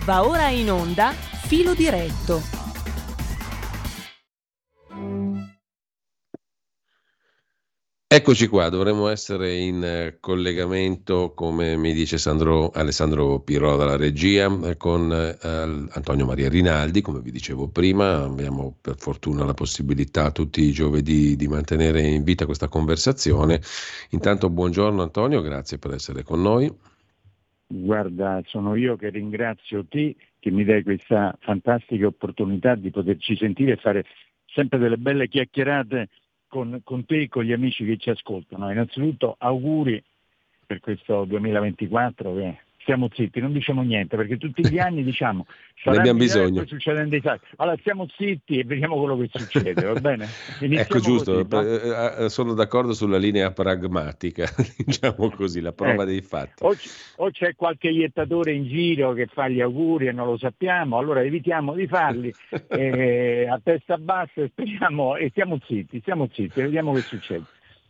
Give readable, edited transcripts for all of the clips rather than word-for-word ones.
Va ora in onda Filo Diretto. Eccoci qua, dovremmo essere in collegamento, come mi dice Alessandro Pirro dalla regia, con Antonio Maria Rinaldi, come vi dicevo prima. Abbiamo per fortuna la possibilità tutti i giovedì di mantenere in vita questa conversazione. Intanto buongiorno Antonio, grazie per essere con noi. Guarda, sono io che ringrazio te che mi dai questa fantastica opportunità di poterci sentire e fare sempre delle belle chiacchierate con te e con gli amici che ci ascoltano. Innanzitutto auguri per questo 2024, che stiamo zitti, non diciamo niente, perché tutti gli anni diciamo Ne sarà abbiamo migliore, bisogno. poi succedono dei disastri. Allora stiamo zitti e vediamo quello che succede, va bene? Ecco, Iniziamo giusto, così, no? sono d'accordo sulla linea pragmatica, diciamo così, la prova Ecco. dei fatti. O c'è qualche iettatore in giro che fa gli auguri e non lo sappiamo, allora evitiamo di farli a testa bassa e speriamo e stiamo zitti, vediamo che succede.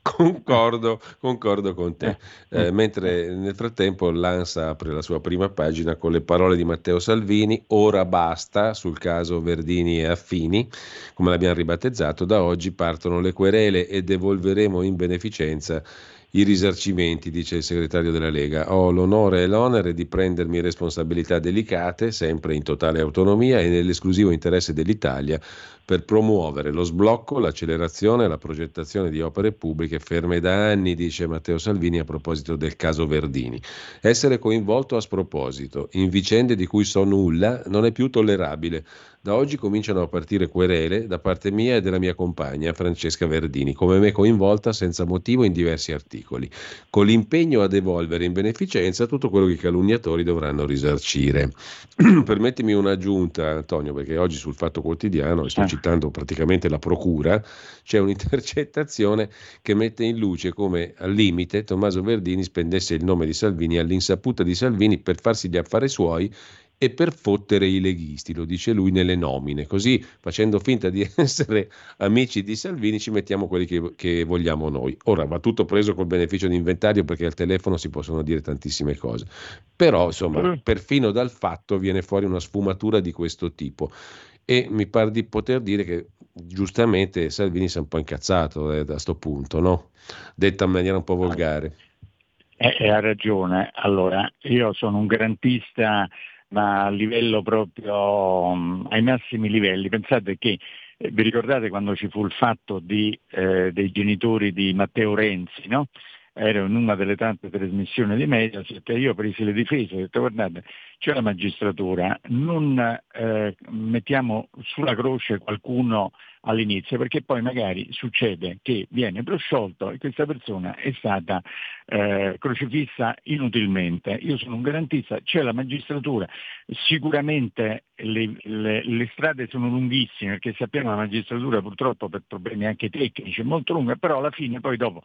Concordo con te. Mentre nel frattempo l'ANSA apre la sua prima pagina con le parole di Matteo Salvini: ora basta sul caso Verdini e Affini, come l'abbiamo ribattezzato, da oggi partono le querele e devolveremo in beneficenza i risarcimenti, dice il segretario della Lega. Ho l'onore e l'onere di prendermi responsabilità delicate, sempre in totale autonomia e nell'esclusivo interesse dell'Italia, per promuovere lo sblocco, l'accelerazione e la progettazione di opere pubbliche ferme da anni, dice Matteo Salvini a proposito del caso Verdini. Essere coinvolto a sproposito in vicende di cui so nulla non è più tollerabile. Da oggi cominciano a partire querele da parte mia e della mia compagna Francesca Verdini, come me coinvolta senza motivo in diversi articoli, con l'impegno a devolvere in beneficenza tutto quello che i calunniatori dovranno risarcire. Permettimi un'aggiunta, Antonio, perché oggi sul Fatto Quotidiano, e sto citando praticamente la procura, c'è un'intercettazione che mette in luce come al limite Tommaso Verdini spendesse il nome di Salvini all'insaputa di Salvini per farsi gli affari suoi e per fottere i leghisti, lo dice lui nelle nomine. Così, facendo finta di essere amici di Salvini, ci mettiamo quelli che vogliamo noi. Ora va tutto preso col beneficio di inventario, perché al telefono si possono dire tantissime cose. Però, insomma, perfino dal fatto viene fuori una sfumatura di questo tipo. E mi pare di poter dire che giustamente Salvini si è un po' incazzato da sto punto, no? Detta in maniera un po' volgare. Ha ragione. Allora, io sono un garantista, ma a livello proprio ai massimi livelli. Pensate che vi ricordate quando ci fu il fatto dei genitori di Matteo Renzi, no? Ero in una delle tante trasmissioni di Mediaset e io presi le difese, ho detto guardate, c'è la magistratura, non mettiamo sulla croce qualcuno all'inizio, perché poi magari succede che viene prosciolto e questa persona è stata crocifissa inutilmente. Io sono un garantista, c'è la magistratura, sicuramente le strade sono lunghissime, perché sappiamo che la magistratura purtroppo per problemi anche tecnici è molto lunga, però alla fine poi dopo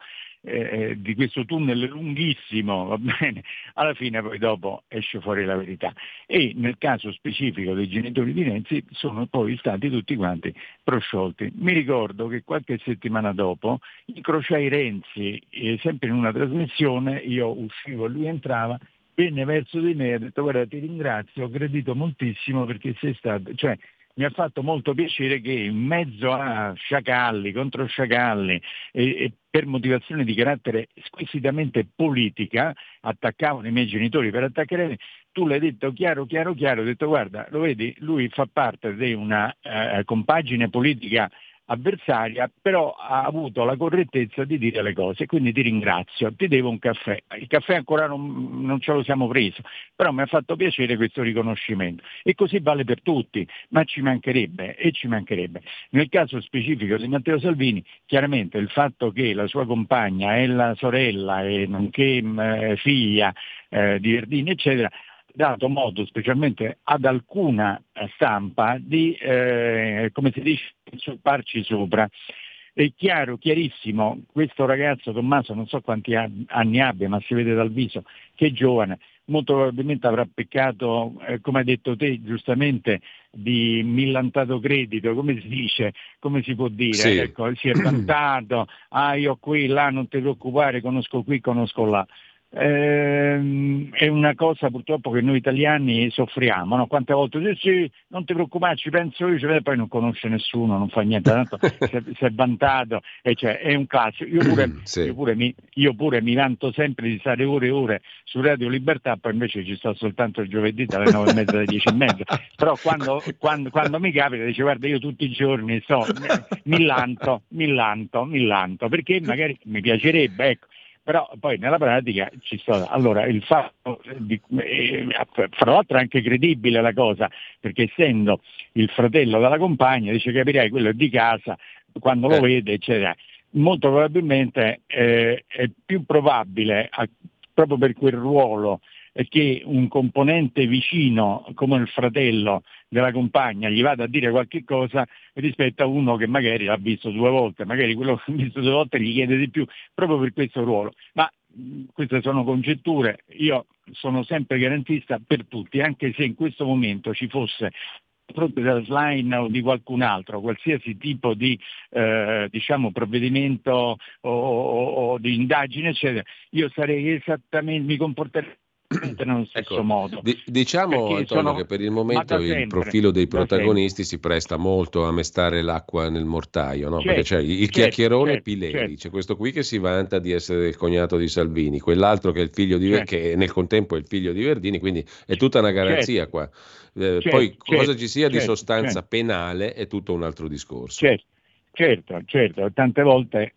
di questo tunnel lunghissimo, va bene, alla fine poi dopo esce fuori la verità. E nel caso specifico dei genitori di Renzi sono poi stati tutti quanti prosciolti. Mi ricordo che qualche settimana dopo incrociai Renzi sempre in una trasmissione, io uscivo e lui entrava, venne verso di me e ha detto guarda ti ringrazio, ho gradito moltissimo perché sei stato, cioè mi ha fatto molto piacere che in mezzo a sciacalli, contro sciacalli e per motivazioni di carattere squisitamente politica, attaccavano i miei genitori per attaccare me, tu l'hai detto chiaro, ho detto guarda, lo vedi, lui fa parte di una compagine politica avversaria, però ha avuto la correttezza di dire le cose, quindi ti ringrazio, ti devo un caffè. Il caffè ancora non ce lo siamo preso, però mi ha fatto piacere questo riconoscimento. E così vale per tutti, ma ci mancherebbe, e ci mancherebbe. Nel caso specifico di Matteo Salvini, chiaramente il fatto che la sua compagna è la sorella e nonché figlia di Verdini, eccetera, dato modo, specialmente ad alcuna stampa, di, come si dice, insulparci sopra. È chiaro, chiarissimo, questo ragazzo Tommaso non so quanti anni abbia, ma si vede dal viso che è giovane, molto probabilmente avrà peccato, come hai detto te giustamente, di millantato credito, come si dice, come si può dire, Sì. ecco, si è vantato, io qui, là, non ti preoccupare, conosco qui, conosco là. è una cosa purtroppo che noi italiani soffriamo, no? Quante volte dici sì, non ti preoccupare, ci penso io, e poi non conosce nessuno, non fa niente, tanto si è vantato, e cioè, è un classico. Sì. Io pure mi vanto sempre di stare ore e ore su Radio Libertà, poi invece ci sto soltanto il giovedì dalle 9:30 alle 10:30, però quando mi capita dice guarda io tutti i giorni mi lanto, perché magari mi piacerebbe, ecco. Però poi nella pratica ci sta. Allora il fatto fra l'altro è anche credibile la cosa, perché essendo il fratello della compagna dice capirai quello è di casa, quando lo vede eccetera, molto probabilmente è più probabile proprio per quel ruolo che un componente vicino come il fratello della compagna gli vada a dire qualche cosa rispetto a uno che magari l'ha visto 2 volte, magari quello che ha visto 2 volte gli chiede di più proprio per questo ruolo. Ma queste sono congetture, io sono sempre garantista per tutti, anche se in questo momento ci fosse fronte della Slime o di qualcun altro, qualsiasi tipo di provvedimento o di indagine, eccetera, io sarei esattamente, mi comporterei nello stesso modo. Diciamo Antonio che per il momento il profilo dei protagonisti si presta molto a mestare l'acqua nel mortaio, no? Perché c'è il chiacchierone Pileri, c'è questo qui che si vanta di essere il cognato di Salvini, quell'altro che è il figlio che nel contempo è il figlio di Verdini, quindi è tutta una garanzia qua. Poi cosa ci sia di sostanza penale è tutto un altro discorso. Certo, tante volte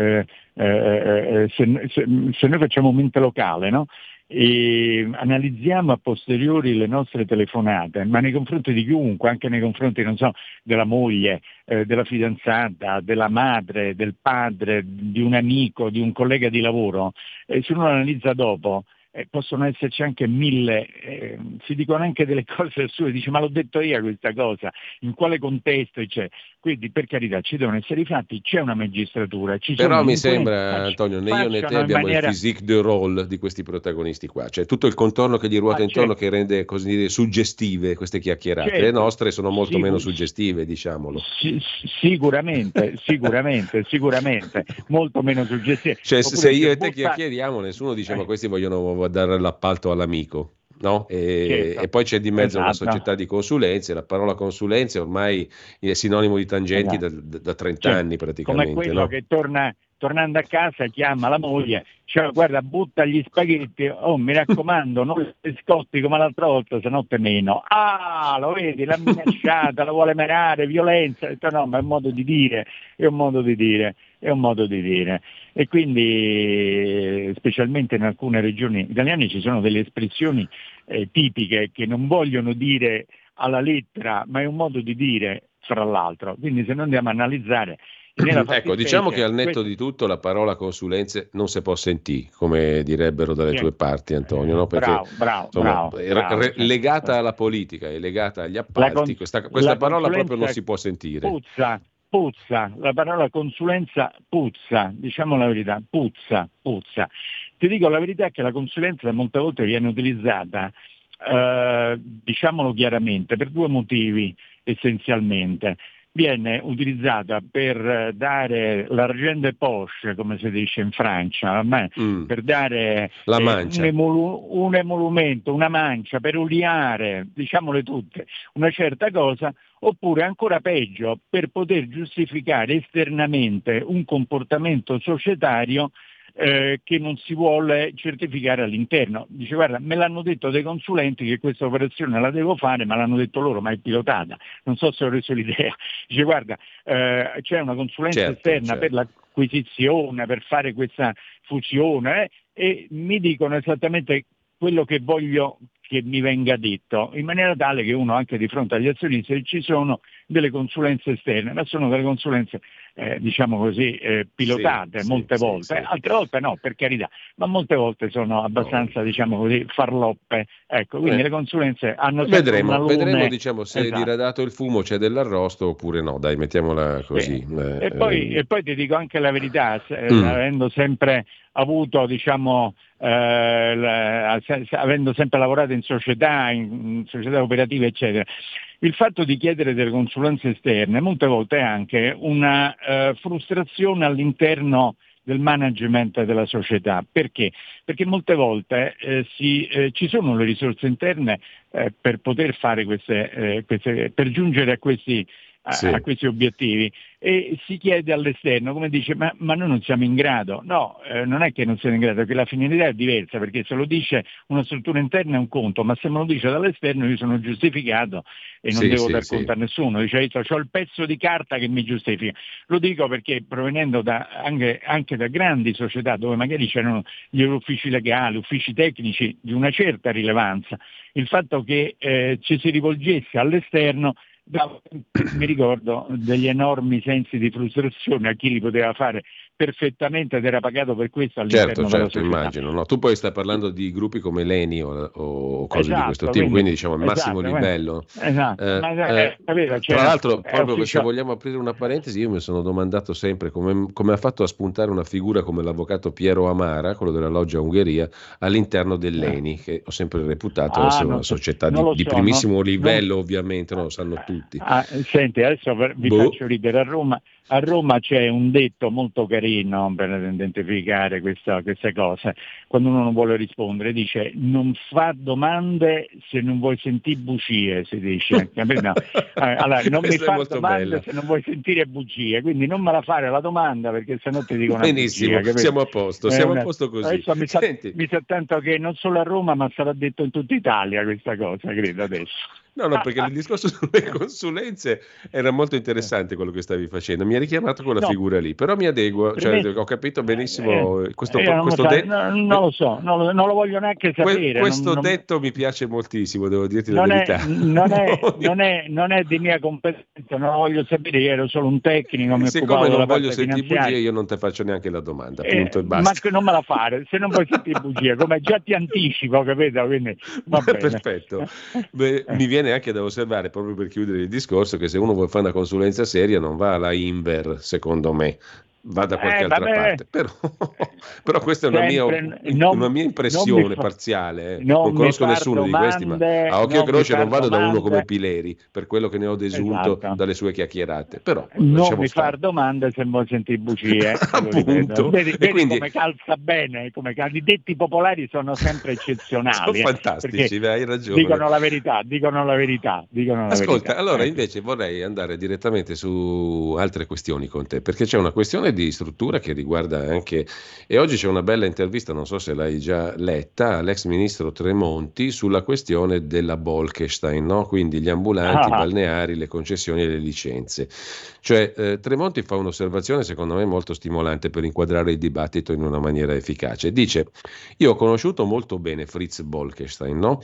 se noi facciamo mente locale, no? E analizziamo a posteriori le nostre telefonate, ma nei confronti di chiunque, anche nei confronti, non so, della moglie, della fidanzata, della madre, del padre, di un amico, di un collega di lavoro, se uno analizza dopo, possono esserci anche 1000, si dicono anche delle cose assurde, dice ma l'ho detto io questa cosa, in quale contesto, cioè, quindi per carità ci devono essere i fatti, c'è una magistratura, però mi sembra Antonio, né io né te abbiamo il physique de rôle di questi protagonisti qua, cioè tutto il contorno che gli ruota intorno che rende così dire suggestive queste chiacchierate, le nostre sono molto meno suggestive, diciamolo. Sicuramente, molto meno suggestive. Cioè se io e te chiacchieriamo nessuno dice ma questi vogliono dare l'appalto all'amico. No? E poi c'è di mezzo una società di consulenze, la parola consulenze ormai è sinonimo di tangenti da 30 anni praticamente. Come quello che tornando a casa chiama la moglie, cioè guarda butta gli spaghetti, oh mi raccomando non li scotti come l'altra volta se no te meno, lo vedi, l'ha minacciata, la vuole menare, violenza, no ma è un modo di dire, e quindi specialmente in alcune regioni italiane ci sono delle espressioni tipiche che non vogliono dire alla lettera ma è un modo di dire fra l'altro, quindi se noi andiamo a analizzare ecco, diciamo che al netto di tutto la parola consulenze non si può sentire, come direbbero dalle tue parti, Antonio, no? Perché bravo, legata alla politica e legata agli appalti, questa parola proprio non si può sentire. Puzza, la parola consulenza puzza, diciamo la verità, puzza. Ti dico la verità che la consulenza molte volte viene utilizzata, diciamolo chiaramente, per 2 motivi essenzialmente. Viene utilizzata per dare l'argent de poche, come si dice in Francia, per dare un emolumento, una mancia, per uliare, diciamole tutte, una certa cosa, oppure ancora peggio, per poter giustificare esternamente un comportamento societario che non si vuole certificare all'interno. Dice guarda me l'hanno detto dei consulenti che questa operazione la devo fare, ma l'hanno detto loro, ma è pilotata, non so se ho reso l'idea. Dice guarda c'è una consulenza esterna per l'acquisizione, per fare questa fusione e mi dicono esattamente quello che voglio che mi venga detto, in maniera tale che uno anche di fronte agli azionisti ci sono delle consulenze esterne, ma sono delle consulenze diciamo così pilotate molte volte, altre volte no, per carità, ma molte volte sono abbastanza diciamo così farloppe, ecco, quindi le consulenze hanno sempre vedremo diciamo se diradato il fumo c'è dell'arrosto oppure no, dai, mettiamola così. E poi ti dico anche la verità, avendo sempre avuto diciamo avendo sempre lavorato in società operative eccetera, il fatto di chiedere delle consulenze esterne molte volte è anche una frustrazione all'interno del management della società. Perché? Perché molte volte ci sono le risorse interne per poter fare per giungere a questi Sì. questi obiettivi, e si chiede all'esterno, come dice, ma noi non siamo in grado. No, non è che non siamo in grado, perché la finalità è diversa, perché se lo dice una struttura interna è un conto, ma se me lo dice dall'esterno io sono giustificato e non devo dar conto a nessuno. Dice, ho il pezzo di carta che mi giustifica. Lo dico perché provenendo anche da grandi società dove magari c'erano gli uffici legali, uffici tecnici di una certa rilevanza, il fatto che ci si rivolgesse all'esterno mi ricordo degli enormi sensi di frustrazione a chi li poteva fare perfettamente ed era pagato per questo all'interno della società. Immagino. No? Tu poi stai parlando di gruppi come l'ENI o cose di questo tipo, quindi quindi diciamo al massimo livello. Capito, tra l'altro, proprio se vogliamo aprire una parentesi, io mi sono domandato sempre come ha fatto a spuntare una figura come l'avvocato Piero Amara, quello della Loggia Ungheria, all'interno dell'ENI, che ho sempre reputato essere una società di primissimo livello, ovviamente, lo sanno tutti. Senti, adesso vi faccio ridere. A Roma c'è un detto molto carino per identificare queste cose. Quando uno non vuole rispondere dice: non fa domande se non vuoi sentire bugie, si dice. Allora, non mi fa domande bella. Se non vuoi sentire bugie, quindi non me la fare la domanda, perché sennò ti dico una benissimo, bugia. Siamo a posto, a posto così. Adesso mi sa tanto che non solo a Roma, ma sarà detto in tutta Italia questa cosa, credo adesso. No, perché il discorso sulle consulenze era molto interessante quello che stavi facendo. Mi ha richiamato quella figura lì, però mi adeguo, ho capito benissimo questo non lo so, non lo voglio neanche sapere. Questo detto mi piace moltissimo, devo dirti la verità. Non è di mia competenza, non lo voglio sapere, io ero solo un tecnico, siccome non voglio sentire bugie, io non ti faccio neanche la domanda, punto e basta. Ma non me la fare, se non vuoi sentire bugie, come già ti anticipo, capito? Quindi va bene. Perfetto. Mi viene anche da osservare, proprio per chiudere il discorso, che se uno vuole fare una consulenza seria non va alla Inver, secondo me, va da qualche altra parte. Però questa è una mia impressione parziale. Non conosco nessuno di questi, ma a occhio e croce non vado da uno come Pileri, per quello che ne ho desunto dalle sue chiacchierate. Però non mi far domande se vuoi sentire bugie. Appunto. Vedi quindi, come calza bene, i detti popolari sono sempre eccezionali. Sono fantastici, hai ragione. Dicono la verità. Ascolta, allora invece vorrei andare direttamente su altre questioni con te, perché c'è una questione di struttura che riguarda anche, e oggi c'è una bella intervista, non so se l'hai già letta, all'ex ministro Tremonti sulla questione della Bolkestein, no? Quindi gli ambulanti, i balneari, le concessioni e le licenze. Cioè Tremonti fa un'osservazione secondo me molto stimolante per inquadrare il dibattito in una maniera efficace. Dice: io ho conosciuto molto bene Fritz Bolkestein, no?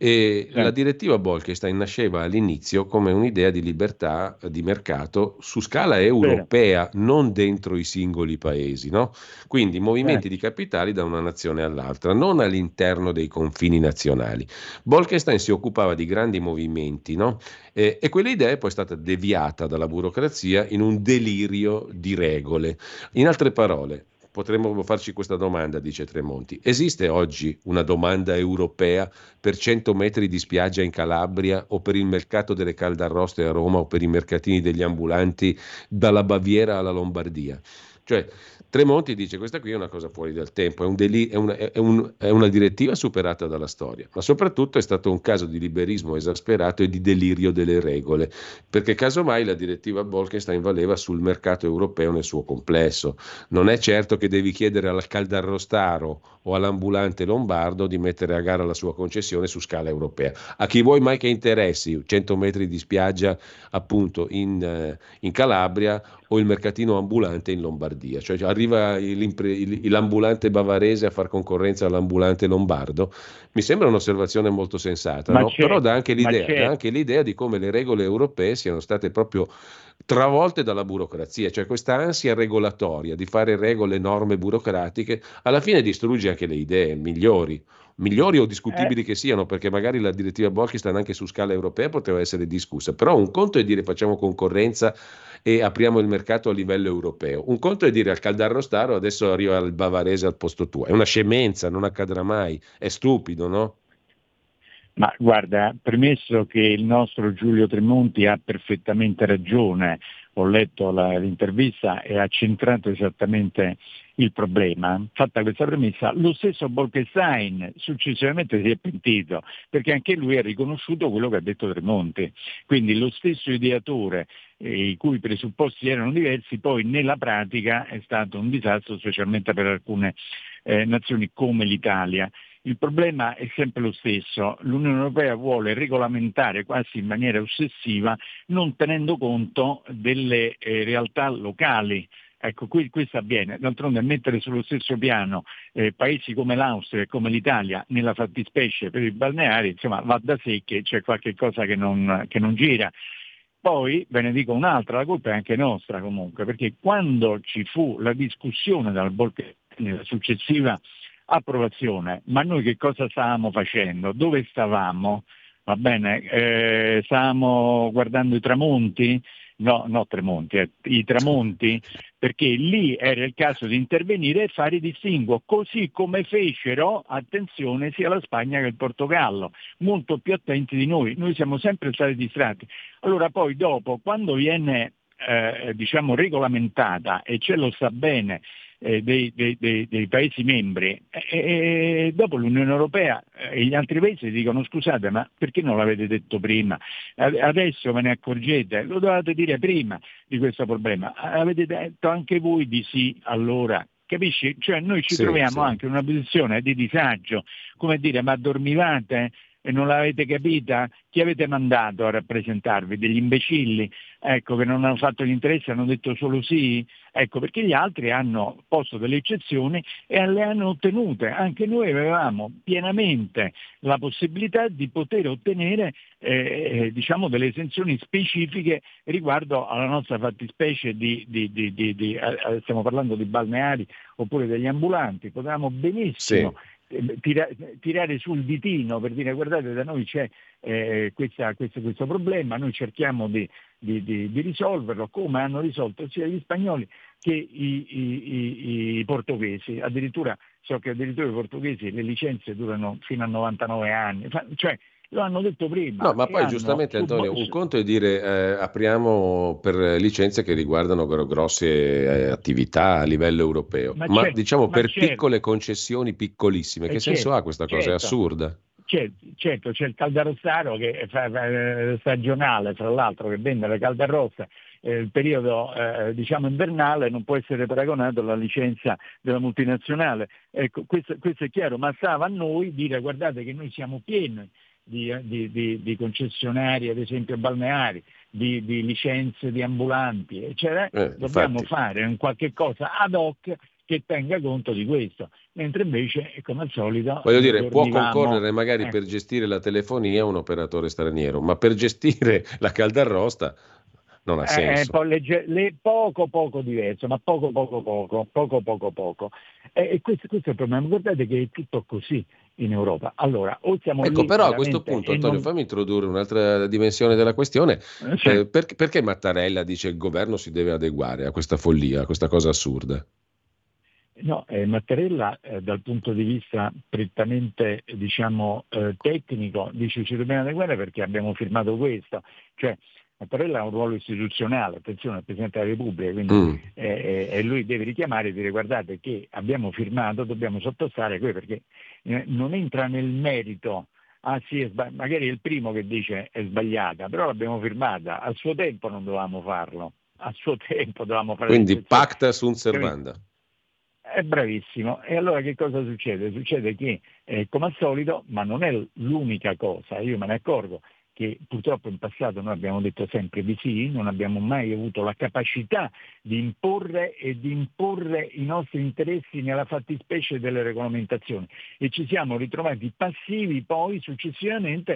E la direttiva Bolkestein nasceva all'inizio come un'idea di libertà di mercato su scala europea, non dentro i singoli paesi, no? Quindi movimenti di capitali da una nazione all'altra, non all'interno dei confini nazionali. Bolkestein si occupava di grandi movimenti, no? E quell'idea è poi stata deviata dalla burocrazia in un delirio di regole. In altre parole, potremmo farci questa domanda, dice Tremonti: esiste oggi una domanda europea per 100 metri di spiaggia in Calabria, o per il mercato delle caldarroste a Roma, o per i mercatini degli ambulanti dalla Baviera alla Lombardia? Cioè, Tremonti dice: questa qui è una cosa fuori dal tempo, è una direttiva superata dalla storia, ma soprattutto è stato un caso di liberismo esasperato e di delirio delle regole, perché casomai la direttiva Bolkestein valeva sul mercato europeo nel suo complesso. Non è certo che devi chiedere al caldarrostaro o all'ambulante lombardo di mettere a gara la sua concessione su scala europea. A chi vuoi mai che interessi 100 metri di spiaggia appunto in Calabria o il mercatino ambulante in Lombardia? Cioè arriva l'ambulante bavarese a far concorrenza all'ambulante lombardo? Mi sembra un'osservazione molto sensata, no? Però dà anche l'idea di come le regole europee siano state proprio travolte dalla burocrazia, cioè questa ansia regolatoria di fare regole, norme burocratiche, alla fine distrugge anche le idee migliori o discutibili che siano, perché magari la direttiva Bolkestein anche su scala europea poteva essere discussa, però un conto è dire facciamo concorrenza e apriamo il mercato a livello europeo, un conto è dire al caldarrostaro adesso arriva il bavarese al posto tuo. È una scemenza, non accadrà mai, è stupido, no? Ma guarda, premesso che il nostro Giulio Tremonti ha perfettamente ragione, ho letto l'intervista e ha centrato esattamente il problema, fatta questa premessa, lo stesso Bolkestein successivamente si è pentito, perché anche lui ha riconosciuto quello che ha detto Tremonti. Quindi lo stesso ideatore, i cui presupposti erano diversi, poi nella pratica è stato un disastro, specialmente per alcune nazioni come l'Italia. Il problema è sempre lo stesso, l'Unione Europea vuole regolamentare quasi in maniera ossessiva, non tenendo conto delle realtà locali. Ecco, questo avviene. D'altronde mettere sullo stesso piano paesi come l'Austria e come l'Italia nella fattispecie per i balneari, insomma, va da sé che c'è qualche cosa che non gira. Poi ve ne dico un'altra, la colpa è anche nostra comunque, perché quando ci fu la discussione dal Bolkestein, la successiva approvazione, ma noi che cosa stavamo facendo? Dove stavamo? Va bene, stavamo guardando i tramonti? No, Tremonti, i tramonti, perché lì era il caso di intervenire e fare distinguo, così come fecero, attenzione, sia la Spagna che il Portogallo, molto più attenti di noi siamo sempre stati distratti. Allora poi dopo, quando viene regolamentata, e ce lo sa bene dei Paesi membri, dopo l'Unione Europea e gli altri paesi dicono scusate ma perché non l'avete detto prima? Adesso ve ne accorgete? Lo dovete dire prima di questo problema, avete detto anche voi di sì allora. Capisci? Cioè noi ci Sì, troviamo sì. anche in una posizione di disagio, come dire ma dormivate e non l'avete capita? Chi avete mandato a rappresentarvi? Degli imbecilli? Ecco, che non hanno fatto gli interessi, hanno detto solo sì? Ecco, perché gli altri hanno posto delle eccezioni e le hanno ottenute. Anche noi avevamo pienamente la possibilità di poter ottenere delle esenzioni specifiche riguardo alla nostra fattispecie stiamo parlando di balneari oppure degli ambulanti. Potevamo benissimo Sì. tirare sul ditino per dire guardate da noi c'è questo problema, noi cerchiamo di risolverlo come hanno risolto sia gli spagnoli che i portoghesi. Addirittura so che addirittura i portoghesi le licenze durano fino a 99 anni, cioè lo hanno detto No, prima ma e poi hanno giustamente Antonio, un conto è dire apriamo per licenze che riguardano grosse attività a livello europeo, ma diciamo ma per certo, piccole concessioni piccolissime, che senso ha questa cosa? È certo. assurda. Certo, c'è il caldarossaro che fa stagionale, tra l'altro, che vende le caldarossa. Il periodo invernale non può essere paragonato alla licenza della multinazionale. Ecco, questo è chiaro, ma stava a noi dire guardate che noi siamo pieni di concessionari, ad esempio balneari, di licenze di ambulanti, eccetera. Dobbiamo Infatti. fare un qualche cosa ad hoc che tenga conto di questo, mentre invece, come al solito, Voglio dire, può dormivamo. concorrere magari per gestire la telefonia un operatore straniero, ma per gestire la caldarrosta non ha È un senso. po' poco diverso, ma poco. E questo è il problema. Guardate che è tutto così in Europa. Allora, o siamo Ecco, lì però a questo veramente punto, e Antonio, non. fammi introdurre un'altra dimensione della questione. Sì. Perché Mattarella dice che il governo si deve adeguare a questa follia, a questa cosa assurda? No, Mattarella dal punto di vista prettamente tecnico dice ci dobbiamo adeguare perché abbiamo firmato questo, cioè Mattarella ha un ruolo istituzionale, attenzione al Presidente della Repubblica, quindi Mm. lui deve richiamare e dire guardate che abbiamo firmato, dobbiamo sottostare a questo perché non entra nel merito. Ah sì, magari è il primo che dice è sbagliata, però l'abbiamo firmata, a suo tempo non dovevamo farlo, a suo tempo dovevamo fare Quindi l'eccezione. pacta sunt servanda. È bravissimo. E allora che cosa succede? Succede che, come al solito, ma non è l'unica cosa, io me ne accorgo che purtroppo in passato noi abbiamo detto sempre di sì, non abbiamo mai avuto la capacità di imporre i nostri interessi nella fattispecie delle regolamentazioni e ci siamo ritrovati passivi poi successivamente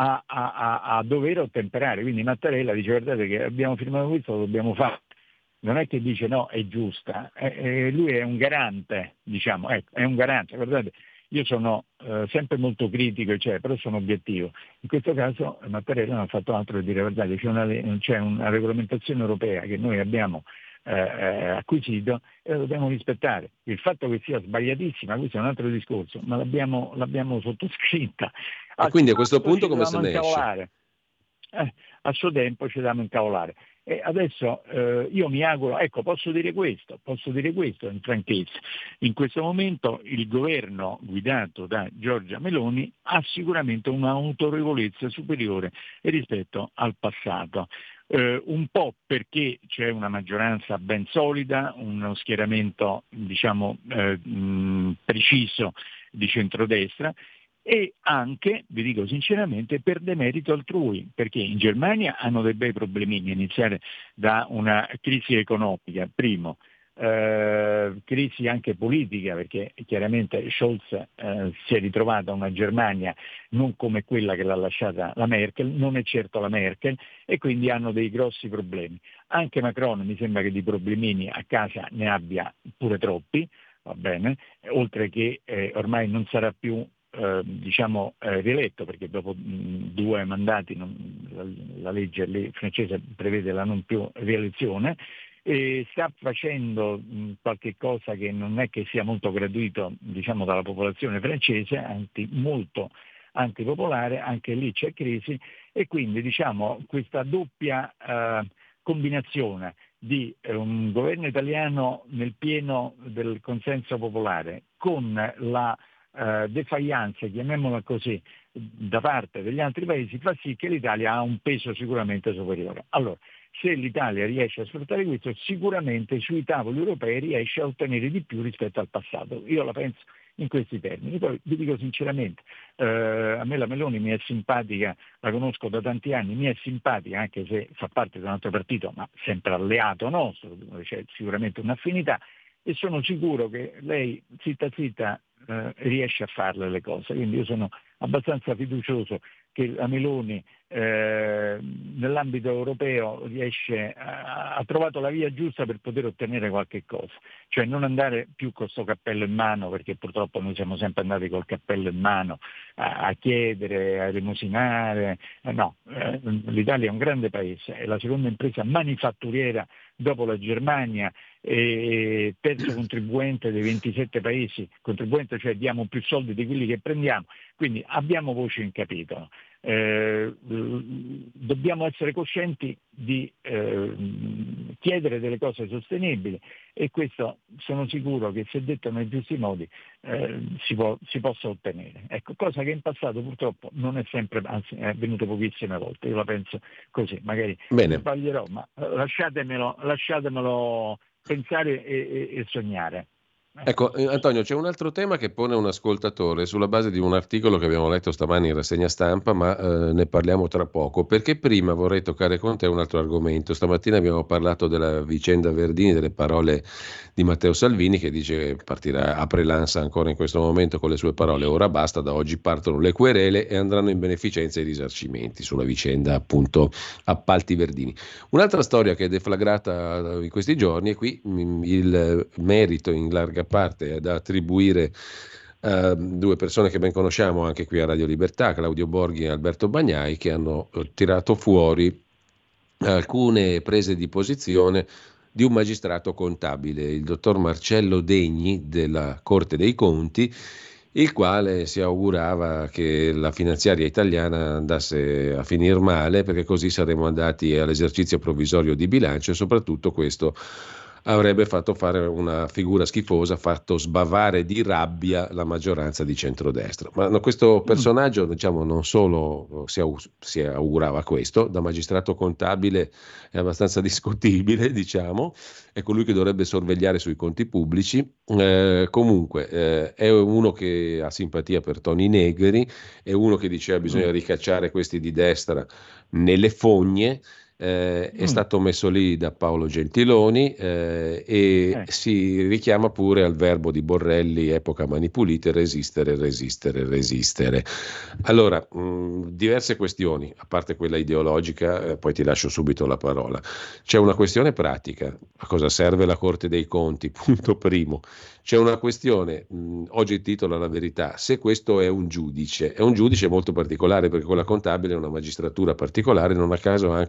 a dover ottemperare. Quindi Mattarella dice guardate che abbiamo firmato questo, lo dobbiamo fare. Non è che dice no, è giusta, lui è un garante, è un garante, guardate, io sono sempre molto critico, però sono obiettivo. In questo caso Mattarella non ha fatto altro che dire guardate, c'è una regolamentazione europea che noi abbiamo acquisito e lo dobbiamo rispettare. Il fatto che sia sbagliatissima, questo è un altro discorso, ma l'abbiamo sottoscritta. E quindi a questo punto come se dovevamo ne esce? incavolare. A suo tempo ci dovevamo incavolare. E adesso io mi auguro, ecco, posso dire questo in franchezza. In questo momento il governo guidato da Giorgia Meloni ha sicuramente un'autorevolezza superiore rispetto al passato. Un po' perché c'è una maggioranza ben solida, uno schieramento preciso di centrodestra, e anche, vi dico sinceramente, per demerito altrui, perché in Germania hanno dei bei problemini, a iniziare da una crisi economica, primo, crisi anche politica, perché chiaramente Scholz si è ritrovata una Germania non come quella che l'ha lasciata la Merkel, non è certo la Merkel, e quindi hanno dei grossi problemi. Anche Macron mi sembra che di problemini a casa ne abbia pure troppi, va bene, oltre che ormai non sarà più rieletto, perché dopo 2 mandati la legge francese prevede la non più rielezione, e sta facendo qualche cosa che non è che sia molto gratuito dalla popolazione francese, molto antipopolare, anche lì c'è crisi, e quindi questa doppia combinazione di un governo italiano nel pieno del consenso popolare con la defiance, chiamiamola così, da parte degli altri paesi, fa sì che l'Italia ha un peso sicuramente superiore. Allora, se l'Italia riesce a sfruttare questo, sicuramente sui tavoli europei riesce a ottenere di più rispetto al passato. Io la penso in questi termini. Poi vi dico sinceramente, a me la Meloni mi è simpatica, la conosco da tanti anni, mi è simpatica anche se fa parte di un altro partito, ma sempre alleato nostro, dove c'è sicuramente un'affinità, e sono sicuro che lei zitta riesce a farle le cose, quindi io sono abbastanza fiducioso che la Meloni nell'ambito europeo ha trovato la via giusta per poter ottenere qualche cosa, cioè non andare più con questo cappello in mano, perché purtroppo noi siamo sempre andati col cappello in mano a chiedere, a elemosinare, l'Italia è un grande paese, è la seconda impresa manifatturiera dopo la Germania, e terzo contribuente dei 27 paesi, contribuente, cioè diamo più soldi di quelli che prendiamo, quindi abbiamo voce in capitolo. Dobbiamo essere coscienti di chiedere delle cose sostenibili, e questo sono sicuro che se detto nei giusti modi si possa ottenere. Ecco, cosa che in passato purtroppo non è sempre, anzi è avvenuto pochissime volte, io la penso così, magari sbaglierò, ma lasciatemelo pensare e sognare. Ecco, Antonio, c'è un altro tema che pone un ascoltatore sulla base di un articolo che abbiamo letto stamani in rassegna stampa, ma ne parliamo tra poco, perché prima vorrei toccare con te un altro argomento. Stamattina abbiamo parlato della vicenda Verdini, delle parole di Matteo Salvini, che dice apre l'ANSA ancora in questo momento con le sue parole: ora basta, da oggi partono le querele e andranno in beneficenza i risarcimenti, sulla vicenda appunto appalti Verdini. Un'altra storia che è deflagrata in questi giorni, e qui il merito in larga parte è da attribuire a 2 persone che ben conosciamo anche qui a Radio Libertà, Claudio Borghi e Alberto Bagnai, che hanno tirato fuori alcune prese di posizione di un magistrato contabile, il dottor Marcello Degni della Corte dei Conti, il quale si augurava che la finanziaria italiana andasse a finire male, perché così saremmo andati all'esercizio provvisorio di bilancio, e soprattutto questo avrebbe fatto fare una figura schifosa, fatto sbavare di rabbia la maggioranza di centrodestra. Ma questo personaggio, non solo si augurava questo, da magistrato contabile è abbastanza discutibile, è colui che dovrebbe sorvegliare sui conti pubblici. Comunque è uno che ha simpatia per Toni Negri, è uno che diceva bisogna ricacciare questi di destra nelle fogne. È stato messo lì da Paolo Gentiloni e si richiama pure al verbo di Borrelli, epoca Mani Pulite: resistere, resistere, resistere. Allora, diverse questioni, a parte quella ideologica, poi ti lascio subito la parola. C'è una questione pratica: a cosa serve la Corte dei Conti? Punto primo. C'è una questione, oggi il titolo La Verità: se questo è un giudice molto particolare, perché quella contabile è una magistratura particolare, non a caso ha anche un suo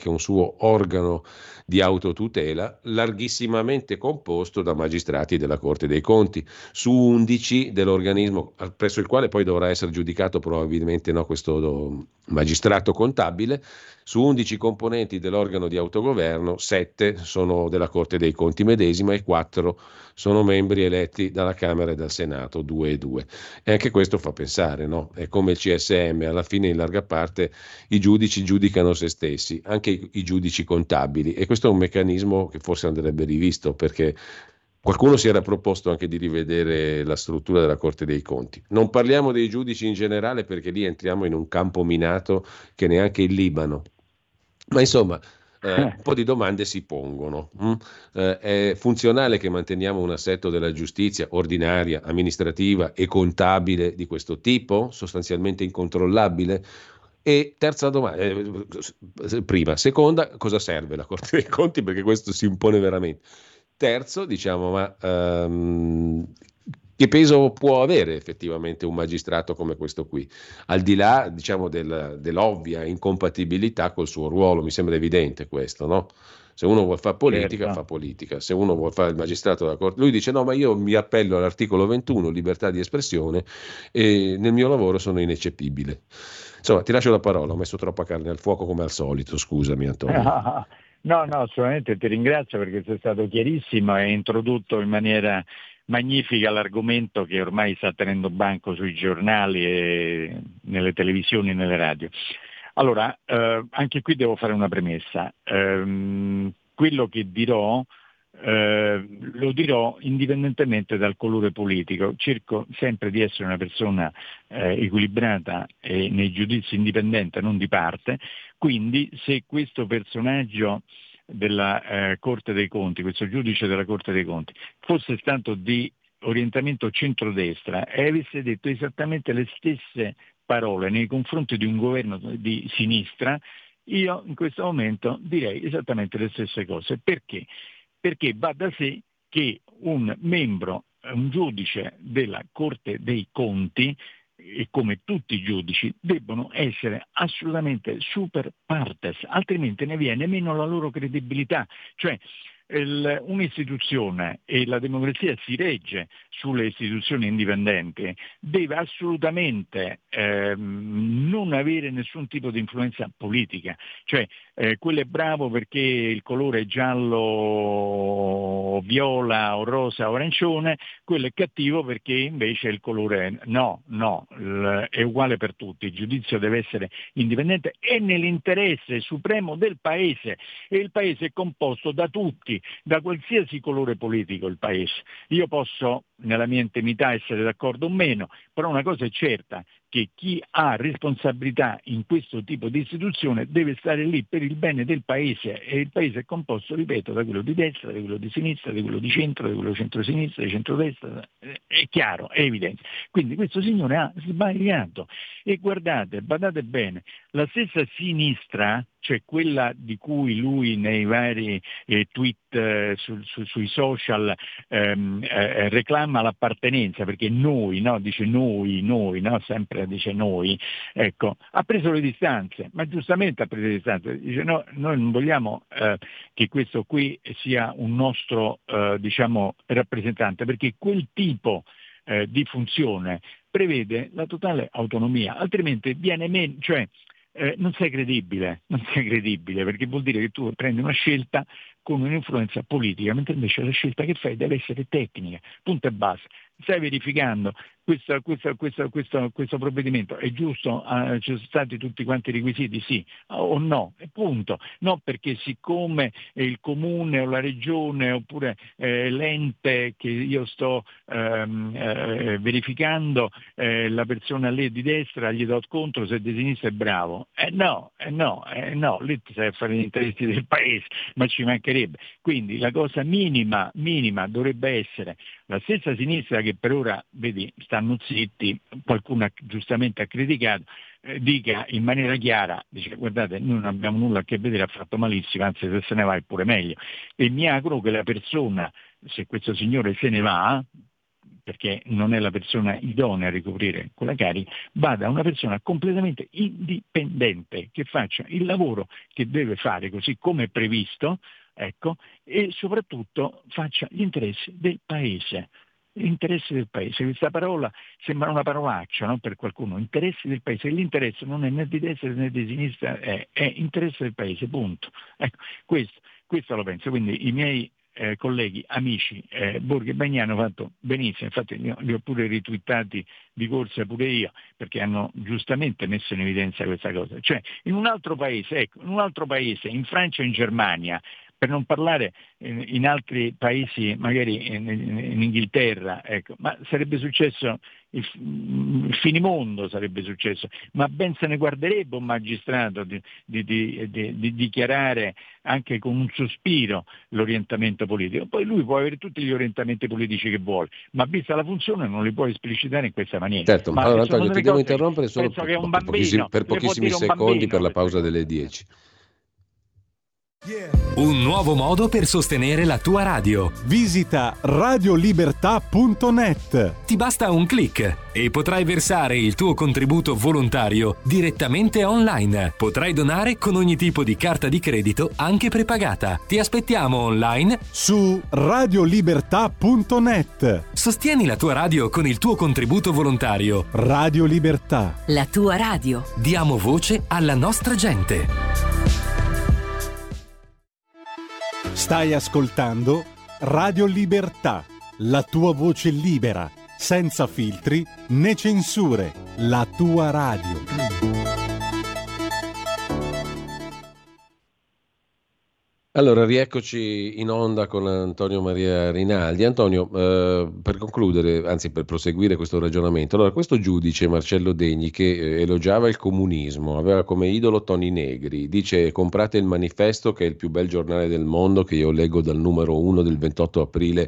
suo organo di autotutela, larghissimamente composto da magistrati della Corte dei Conti, su 11 dell'organismo presso il quale poi dovrà essere giudicato probabilmente questo magistrato contabile. Su 11 componenti dell'organo di autogoverno, 7 sono della Corte dei Conti medesima e 4 sono membri eletti dalla Camera e dal Senato, 2 e 2. E anche questo fa pensare, no? È come il CSM, alla fine in larga parte i giudici giudicano se stessi, anche i giudici contabili, e questo è un meccanismo che forse andrebbe rivisto, perché qualcuno si era proposto anche di rivedere la struttura della Corte dei Conti. Non parliamo dei giudici in generale, perché lì entriamo in un campo minato che neanche il Libano. Ma insomma, un po' di domande si pongono. È funzionale che manteniamo un assetto della giustizia ordinaria, amministrativa e contabile di questo tipo, sostanzialmente incontrollabile? E terza domanda, prima, seconda, cosa serve la Corte dei Conti? Perché questo si impone veramente. Terzo, diciamo, ma che peso può avere effettivamente un magistrato come questo qui? Al di là, diciamo, dell'ovvia incompatibilità col suo ruolo, mi sembra evidente questo, no? Se uno vuole fare politica, Certo. fa politica. Se uno vuole fare il magistrato della Corte, lui dice no, ma io mi appello all'articolo 21, libertà di espressione, e nel mio lavoro sono ineccepibile. Insomma, ti lascio la parola, ho messo troppa carne al fuoco come al solito, scusami Antonio. No, assolutamente ti ringrazio perché sei stato chiarissimo e hai introdotto in maniera magnifica l'argomento che ormai sta tenendo banco sui giornali e nelle televisioni e nelle radio. Allora, anche qui devo fare una premessa. Quello che dirò lo dirò indipendentemente dal colore politico. Cerco sempre di essere una persona equilibrata e nei giudizi indipendente, non di parte. Quindi se questo personaggio della Corte dei Conti, questo giudice della Corte dei Conti, fosse stato di orientamento centrodestra e avesse detto esattamente le stesse parole nei confronti di un governo di sinistra, io in questo momento direi esattamente le stesse cose. Perché? Perché va da sé che un membro, un giudice della Corte dei Conti, e come tutti i giudici, debbono essere assolutamente super partes, altrimenti ne viene meno la loro credibilità. Cioè, un'istituzione, e la democrazia si regge sulle istituzioni indipendenti, deve assolutamente non avere nessun tipo di influenza politica. Cioè, quello è bravo perché il colore è giallo, viola o rosa o arancione, quello è cattivo perché invece il colore è è uguale per tutti. Il giudizio deve essere indipendente e nell'interesse supremo del Paese, e il Paese è composto da tutti, da qualsiasi colore politico il Paese. Io posso nella mia intimità essere d'accordo o meno, però una cosa è certa, che chi ha responsabilità in questo tipo di istituzione deve stare lì per il bene del Paese, e il Paese è composto, ripeto, da quello di destra, da quello di sinistra, da quello di centro, da quello di centrosinistra, di centrodestra, è chiaro, è evidente. Quindi questo signore ha sbagliato, e guardate, badate bene, la stessa sinistra, cioè quella di cui lui nei vari tweet sui social reclama l'appartenenza, perché noi, no? Dice noi, no? Sempre dice noi, ecco, ha preso le distanze, ma giustamente ha preso le distanze, dice no, noi non vogliamo che questo qui sia un nostro diciamo rappresentante, perché quel tipo di funzione prevede la totale autonomia, altrimenti viene meno, cioè non sei credibile, perché vuol dire che tu prendi una scelta con un'influenza politica, mentre invece la scelta che fai deve essere tecnica, punto e basta. Stai verificando questo provvedimento, è giusto? Ci sono stati tutti quanti i requisiti? Sì o no? E punto. No, perché siccome il comune o la regione oppure l'ente che io sto verificando, la persona lì è di destra, gli do contro, se è di sinistra è bravo. No, lì ti sai fare gli interessi del Paese, ma ci mancherebbe. Quindi la cosa minima dovrebbe essere la stessa sinistra, che per ora, vedi, stanno zitti, qualcuno giustamente ha criticato, dica in maniera chiara, dice guardate, noi non abbiamo nulla a che vedere, ha fatto malissimo, anzi se se ne va è pure meglio. E mi auguro che la persona, se questo signore se ne va, perché non è la persona idonea a ricoprire quella carica, vada una persona completamente indipendente, che faccia il lavoro che deve fare così come è previsto, ecco, e soprattutto faccia gli interessi del Paese. Interessi del Paese, questa parola sembra una parolaccia, no? Per qualcuno, interessi del Paese, l'interesse non è né di destra né di sinistra, è interesse del Paese, punto. Ecco, questo lo penso, quindi i miei colleghi, amici, Borghi e Bagnai hanno fatto benissimo, infatti li ho pure ritwittati di corsa pure io, perché hanno giustamente messo in evidenza questa cosa. Cioè, in un altro paese, in Francia e in Germania, per non parlare in altri paesi, magari in Inghilterra, ecco, ma sarebbe successo il finimondo, sarebbe successo, ma ben se ne guarderebbe un magistrato di dichiarare anche con un sospiro l'orientamento politico. Poi lui può avere tutti gli orientamenti politici che vuole, ma vista la funzione non li può esplicitare in questa maniera. Certo, Ma allora Antonio ti devo interrompere solo penso che un bambino, per pochissimi secondi per la pausa delle 10. Un nuovo modo per sostenere la tua radio. Visita radiolibertà.net. Ti basta un click e potrai versare il tuo contributo volontario direttamente online. Potrai donare con ogni tipo di carta di credito, anche prepagata. Ti aspettiamo online su radiolibertà.net. Sostieni la tua radio con il tuo contributo volontario. Radio Libertà. La tua radio. Diamo voce alla nostra gente. Stai ascoltando Radio Libertà, la tua voce libera, senza filtri né censure, la tua radio. Allora, rieccoci in onda con Antonio Maria Rinaldi. Antonio, per concludere, anzi per proseguire questo ragionamento, allora questo giudice Marcello Degni che elogiava il comunismo, aveva come idolo Toni Negri, dice comprate il Manifesto che è il più bel giornale del mondo, che io leggo dal numero 1 del 28 aprile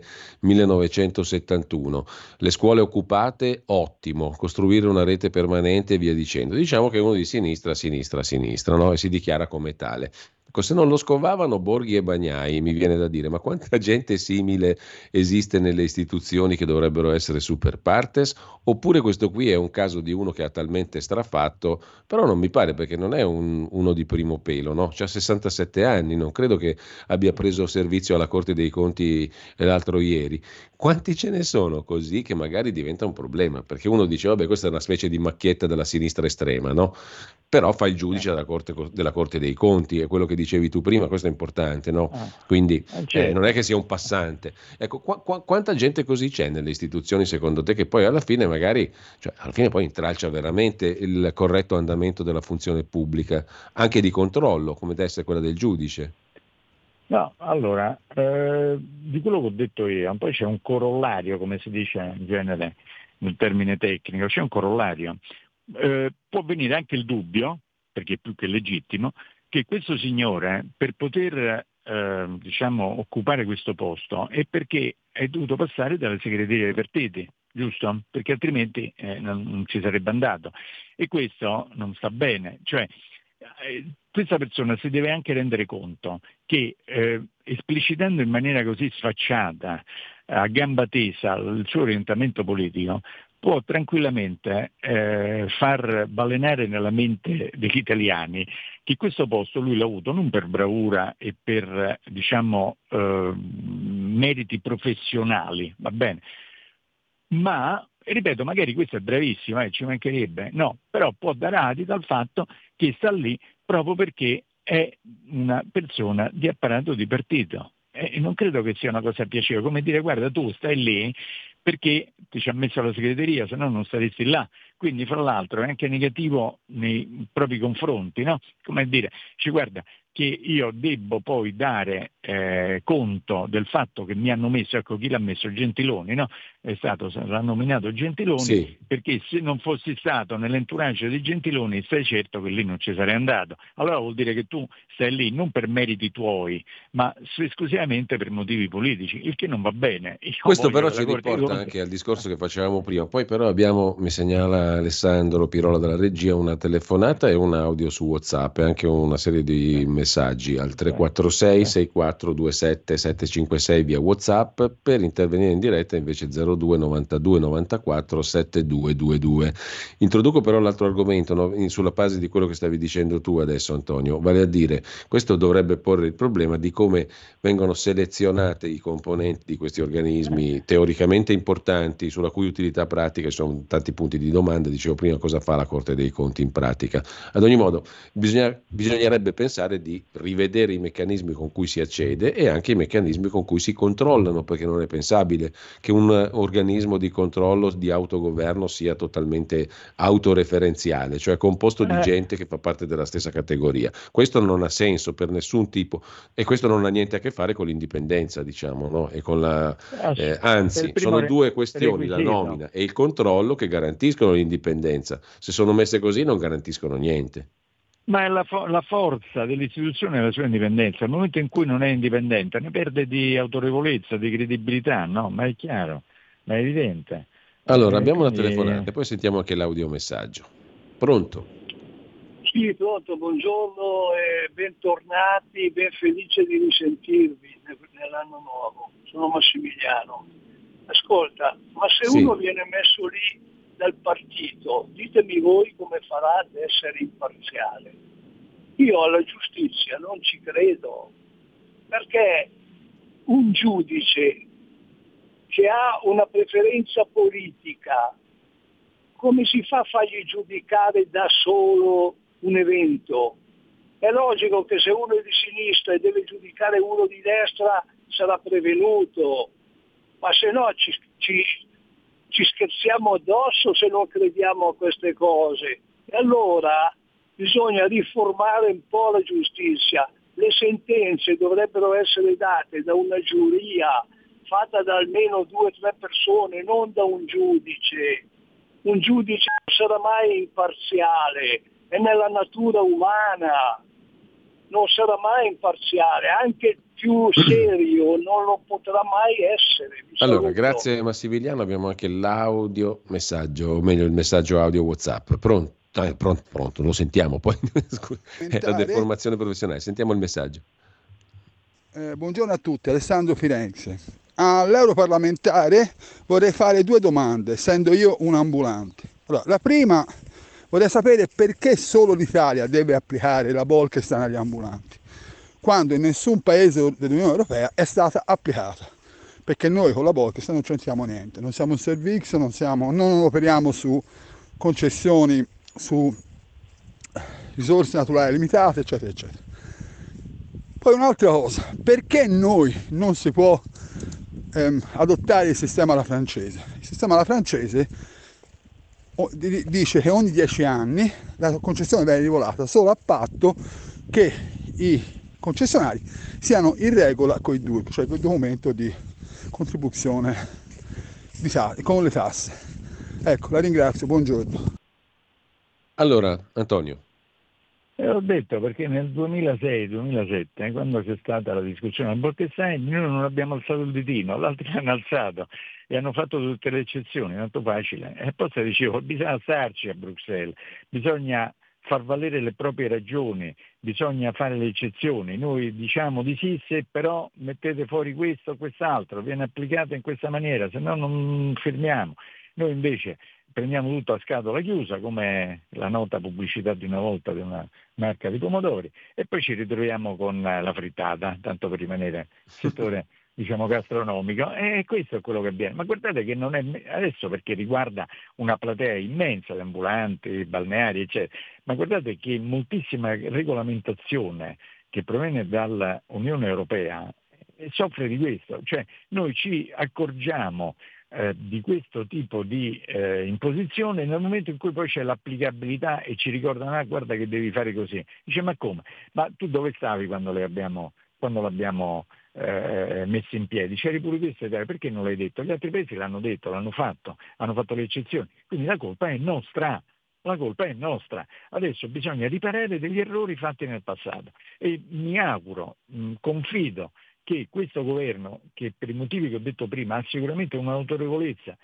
1971, le scuole occupate, ottimo, costruire una rete permanente e via dicendo. Diciamo che è uno di sinistra, no? E si dichiara come tale. Se non lo scovavano Borghi e Bagnai, mi viene da dire, ma quanta gente simile esiste nelle istituzioni che dovrebbero essere super partes? Oppure questo qui è un caso di uno che ha talmente strafatto, però non mi pare, perché non è uno di primo pelo, no? C'ha 67 anni, non credo che abbia preso servizio alla Corte dei Conti l'altro ieri. Quanti ce ne sono così che magari diventa un problema? Perché uno dice, vabbè, questa è una specie di macchietta della sinistra estrema, no? Però fa il giudice della Corte dei Conti, è quello che dicevi tu prima, questo è importante, no? Quindi non è che sia un passante. Ecco, quanta gente così c'è nelle istituzioni secondo te, che poi alla fine magari, alla fine poi intralcia veramente il corretto andamento della funzione pubblica, anche di controllo, come deve essere quella del giudice? No, allora, di quello che ho detto io, poi c'è un corollario, come si dice in genere nel termine tecnico, c'è un corollario. Può venire anche il dubbio, perché è più che legittimo, che questo signore per poter occupare questo posto è perché è dovuto passare dalle segreterie dei partiti, giusto? Perché altrimenti non ci sarebbe andato, e questo non sta bene. Questa persona si deve anche rendere conto che esplicitando in maniera così sfacciata, a gamba tesa, il suo orientamento politico, può tranquillamente far balenare nella mente degli italiani che questo posto lui l'ha avuto non per bravura e per meriti professionali, va bene, ma ripeto, magari questo è bravissimo, ci mancherebbe, no, però può dare adito al fatto che sta lì proprio perché è una persona di apparato di partito. E non credo che sia una cosa piacevole, come dire guarda tu stai lì perché ti ci ha messo la segreteria, se no non staresti là. Quindi fra l'altro è anche negativo nei propri confronti, no? Come dire, guarda che io debbo poi dare conto del fatto che mi hanno messo, ecco chi l'ha messo, Gentiloni, no? L'ha nominato Gentiloni, sì. Perché se non fossi stato nell'entourage di Gentiloni stai certo che lì non ci sarei andato. Allora vuol dire che tu stai lì non per meriti tuoi, ma esclusivamente per motivi politici, il che non va bene. Questo però ci riporta anche al discorso che facevamo prima. Poi però abbiamo, mi segnala a Alessandro Pirola della regia una telefonata e un audio su WhatsApp e anche una serie di messaggi al 346 6427 756 via WhatsApp. Per intervenire in diretta invece 02 92 94 7222. Introduco però l'altro argomento, no? Sulla base di quello che stavi dicendo tu adesso, Antonio, vale a dire, questo dovrebbe porre il problema di come vengono selezionati i componenti di questi organismi teoricamente importanti, sulla cui utilità pratica ci sono tanti punti di domanda. Dicevo prima, cosa fa la Corte dei Conti in pratica? Ad ogni modo bisognerebbe pensare di rivedere i meccanismi con cui si accede e anche i meccanismi con cui si controllano, perché non è pensabile che un organismo di controllo, di autogoverno sia totalmente autoreferenziale, cioè composto di gente che fa parte della stessa categoria. Questo non ha senso per nessun tipo, e questo non ha niente a che fare con l'indipendenza, diciamo, no? E con la, anzi, sono due questioni, la nomina e il controllo, che garantiscono l'indipendenza. Se sono messe così non garantiscono niente. Ma è la forza dell'istituzione e la sua indipendenza. Nel momento in cui non è indipendente ne perde di autorevolezza, di credibilità, no? Ma è chiaro, ma è evidente. Allora, abbiamo una telefonata, poi sentiamo anche l'audiomessaggio. Pronto? Sì, pronto, buongiorno e bentornati, ben felice di risentirvi nell'anno nuovo. Sono Massimiliano. Ascolta, ma se uno viene messo lì dal partito, ditemi voi come farà ad essere imparziale. Io alla giustizia non ci credo, perché un giudice che ha una preferenza politica, come si fa a fargli giudicare da solo un evento? È logico che se uno è di sinistra e deve giudicare uno di destra sarà prevenuto, ma se no ci scherziamo addosso se non crediamo a queste cose. E allora bisogna riformare un po' la giustizia. Le sentenze dovrebbero essere date da una giuria fatta da almeno 2 o 3 persone, non da un giudice. Un giudice non sarà mai imparziale, è nella natura umana, non sarà mai imparziale, anche il più serio non lo potrà mai essere. Allora, grazie Massimiliano, abbiamo anche l'audio messaggio, o meglio il messaggio audio WhatsApp. Pronto, lo sentiamo poi. È la deformazione professionale, sentiamo il messaggio. Buongiorno a tutti, Alessandro Firenze. All'europarlamentare vorrei fare 2 domande, essendo io un ambulante. Allora, la prima, vorrei sapere perché solo l'Italia deve applicare la Bolkestein agli ambulanti, quando in nessun paese dell'Unione Europea è stata applicata. Perché noi con la Bolkestein non c'entriamo niente, non siamo un servizio, non operiamo su concessioni, su risorse naturali limitate, eccetera, eccetera. Poi un'altra cosa, perché noi non si può adottare il sistema alla francese? Il sistema alla francese dice che ogni 10 anni la concessione viene rivolata solo a patto che i concessionari siano in regola con i DURC, cioè con il documento di contribuzione con le tasse. Ecco, la ringrazio, buongiorno. Allora, Antonio. Ho detto perché nel 2006-2007, quando c'è stata la discussione al Bolkestein, noi non abbiamo alzato il ditino, l'altro hanno alzato e hanno fatto tutte le eccezioni, tanto facile. E poi dicevo, bisogna starci a Bruxelles, bisogna far valere le proprie ragioni, bisogna fare le eccezioni. Noi diciamo di sì se però mettete fuori questo o quest'altro, viene applicata in questa maniera, se no non firmiamo. Noi invece prendiamo tutto a scatola chiusa, come la nota pubblicità di una volta di una marca di pomodori, e poi ci ritroviamo con la frittata, tanto per rimanere nel settore diciamo gastronomico, e questo è quello che avviene. Ma guardate che non è adesso, perché riguarda una platea immensa di ambulanti, balneari, eccetera, ma guardate che moltissima regolamentazione che proviene dall'Unione Europea soffre di questo, cioè noi ci accorgiamo di questo tipo di imposizione nel momento in cui poi c'è l'applicabilità e ci ricordano, guarda che devi fare così. Dice, ma come? Ma tu dove stavi quando l'abbiamo messo in piedi? C'eri pure questo, perché non l'hai detto? Gli altri paesi l'hanno detto, hanno fatto le eccezioni, quindi la colpa è nostra. La colpa è nostra. Adesso bisogna riparare degli errori fatti nel passato e mi auguro, confido che questo governo, che per i motivi che ho detto prima ha sicuramente un'autorevolezza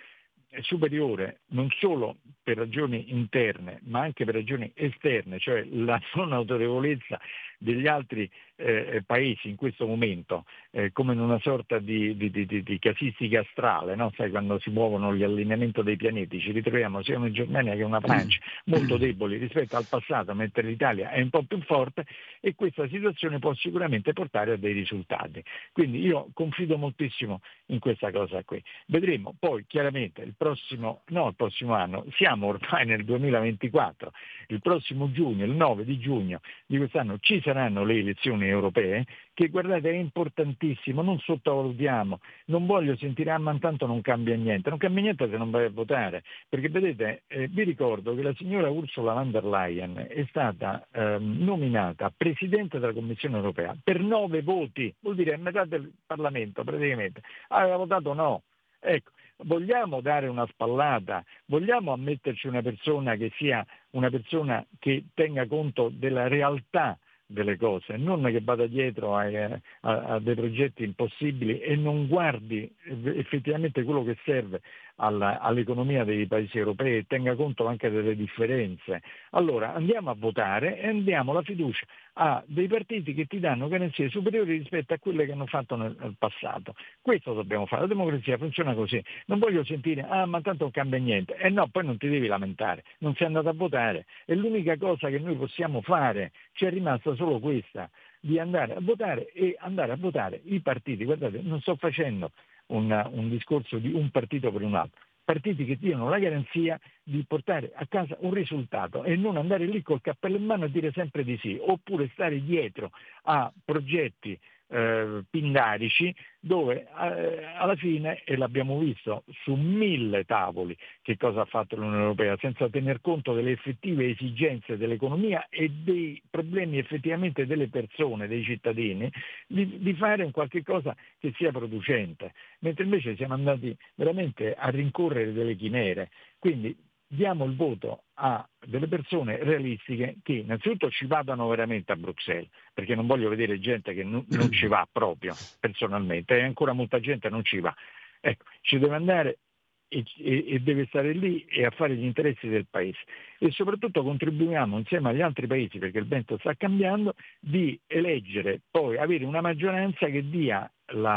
superiore non solo per ragioni interne ma anche per ragioni esterne, cioè la non autorevolezza degli altri paesi in questo momento, come in una sorta di casistica astrale, no? Sai, quando si muovono gli allineamenti dei pianeti ci ritroviamo sia una Germania che una Francia molto deboli rispetto al passato, mentre l'Italia è un po' più forte, e questa situazione può sicuramente portare a dei risultati. Quindi io confido moltissimo in questa cosa qui. Vedremo poi chiaramente il prossimo anno, siamo ormai nel 2024, il prossimo giugno, il 9 di giugno di quest'anno ci saranno le elezioni europee, che guardate è importantissimo, non sottovalutiamo, non voglio sentire ma intanto non cambia niente se non vai a votare, perché vedete, vi ricordo che la signora Ursula von der Leyen è stata nominata Presidente della Commissione Europea per 9 voti, vuol dire a metà del Parlamento praticamente, aveva votato no. Ecco, vogliamo dare una spallata, vogliamo ammetterci una persona che sia una persona che tenga conto della realtà delle cose, non che vada dietro a dei progetti impossibili e non guardi effettivamente quello che serve all'economia dei paesi europei e tenga conto anche delle differenze. Allora andiamo a votare e andiamo la fiducia a dei partiti che ti danno garanzie superiori rispetto a quelle che hanno fatto nel passato. Questo dobbiamo fare, la democrazia funziona così. Non voglio sentire ma tanto non cambia niente, no, poi non ti devi lamentare, non sei andato a votare, è l'unica cosa che noi possiamo fare, ci è rimasta solo questa, di andare a votare e andare a votare i partiti. Guardate, non sto facendo un discorso di un partito per un altro, partiti che diano la garanzia di portare a casa un risultato e non andare lì col cappello in mano e dire sempre di sì, oppure stare dietro a progetti pindarici dove alla fine, e l'abbiamo visto su 1000 tavoli che cosa ha fatto l'Unione Europea, senza tener conto delle effettive esigenze dell'economia e dei problemi effettivamente delle persone, dei cittadini, di fare un qualche cosa che sia producente, mentre invece siamo andati veramente a rincorrere delle chimere. Quindi diamo il voto a delle persone realistiche che innanzitutto ci vadano veramente a Bruxelles, perché non voglio vedere gente che non ci va proprio personalmente, e ancora molta gente non ci va. Ecco, ci deve andare e deve stare lì e a fare gli interessi del paese, e soprattutto contribuiamo insieme agli altri paesi, perché il vento sta cambiando, di eleggere, poi avere una maggioranza che dia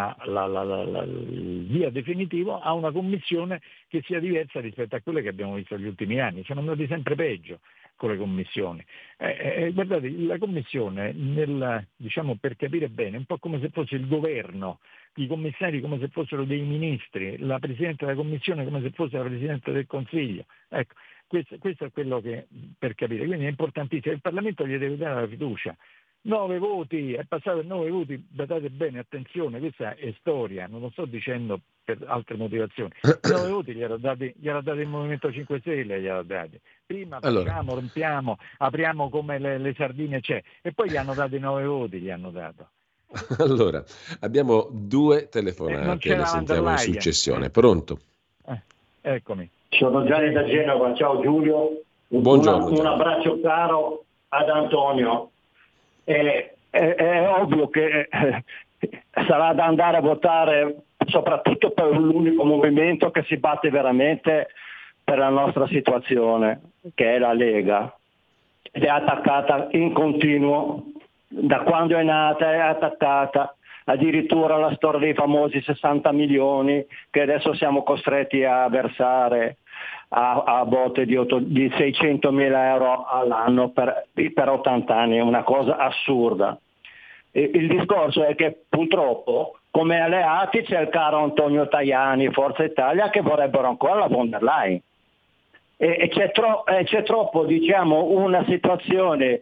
il via definitivo a una commissione che sia diversa rispetto a quelle che abbiamo visto negli ultimi anni. Siamo andati sempre peggio con le commissioni. Guardate, la commissione, diciamo, per capire bene, è un po' come se fosse il governo, i commissari come se fossero dei ministri, la Presidente della Commissione come se fosse la Presidente del Consiglio. Ecco, questo è quello che, per capire. Quindi è importantissimo, il Parlamento gli deve dare la fiducia. 9 voti, è passato a 9 voti, badate bene, attenzione, questa è storia, non lo sto dicendo per altre motivazioni. 9 voti gli ha dati il Movimento 5 Stelle, gli ha dati. Prima facciamo, rompiamo, apriamo come le sardine c'è, e poi gli hanno dato i 9 voti, gli hanno dato. Allora, abbiamo 2 telefonate, le sentiamo in successione. Pronto? Eccomi. Sono Gianni da Genova, ciao Giulio. Buongiorno. Un abbraccio caro ad Antonio. È ovvio che sarà da andare a votare soprattutto per l'unico movimento che si batte veramente per la nostra situazione, che è la Lega, ed è attaccata in continuo, da quando è nata è attaccata, addirittura la storia dei famosi 60 milioni che adesso siamo costretti a versare a botte di 600.000 euro all'anno per 80 anni, è una cosa assurda. Il discorso è che purtroppo come alleati c'è il caro Antonio Tajani, Forza Italia, che vorrebbero ancora la von der Leyen. E c'è troppo, diciamo, una situazione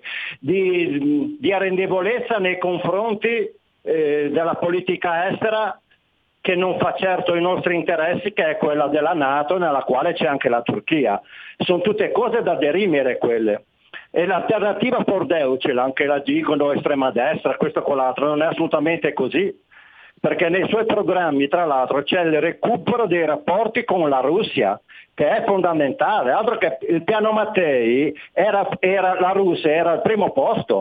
di arrendevolezza nei confronti della politica estera, che non fa certo i nostri interessi, che è quella della NATO, nella quale c'è anche la Turchia. Sono tutte cose da derimere quelle. E l'alternativa for Deutschland, anche la dicono estrema destra, questo con l'altro, non è assolutamente così, perché nei suoi programmi, tra l'altro, c'è il recupero dei rapporti con la Russia, che è fondamentale. Altro che il piano Mattei, la Russia era al primo posto,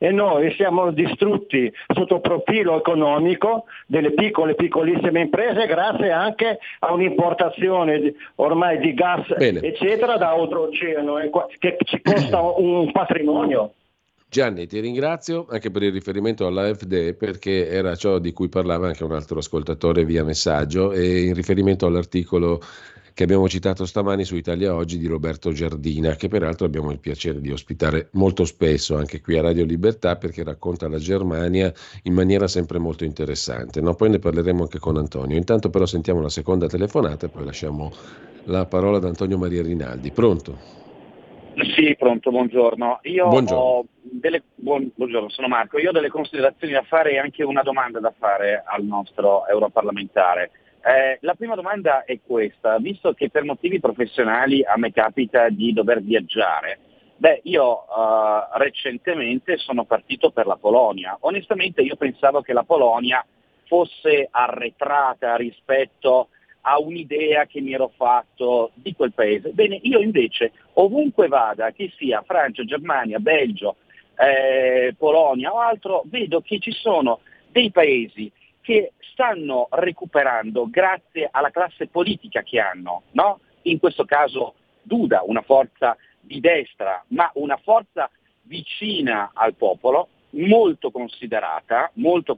e noi siamo distrutti sotto profilo economico delle piccolissime imprese grazie anche a un'importazione ormai di gas eccetera da oltreoceano che ci costa un patrimonio. Gianni, ti ringrazio anche per il riferimento all'AfD, perché era ciò di cui parlava anche un altro ascoltatore via messaggio, e in riferimento all'articolo che abbiamo citato stamani su Italia Oggi di Roberto Giardina, che peraltro abbiamo il piacere di ospitare molto spesso anche qui a Radio Libertà, perché racconta la Germania in maniera sempre molto interessante. No? Poi ne parleremo anche con Antonio. Intanto però sentiamo la seconda telefonata e poi lasciamo la parola ad Antonio Maria Rinaldi. Pronto? Sì, pronto, buongiorno. Buongiorno. Buongiorno, sono Marco. Io ho delle considerazioni da fare e anche una domanda da fare al nostro europarlamentare. La prima domanda è questa: visto che per motivi professionali a me capita di dover viaggiare, io recentemente sono partito per la Polonia. Onestamente io pensavo che la Polonia fosse arretrata rispetto a un'idea che mi ero fatto di quel paese. Bene, io invece ovunque vada, che sia Francia, Germania, Belgio, Polonia o altro, vedo che ci sono dei paesi che stanno recuperando grazie alla classe politica che hanno, no? In questo caso Duda, una forza di destra, ma una forza vicina al popolo, molto considerata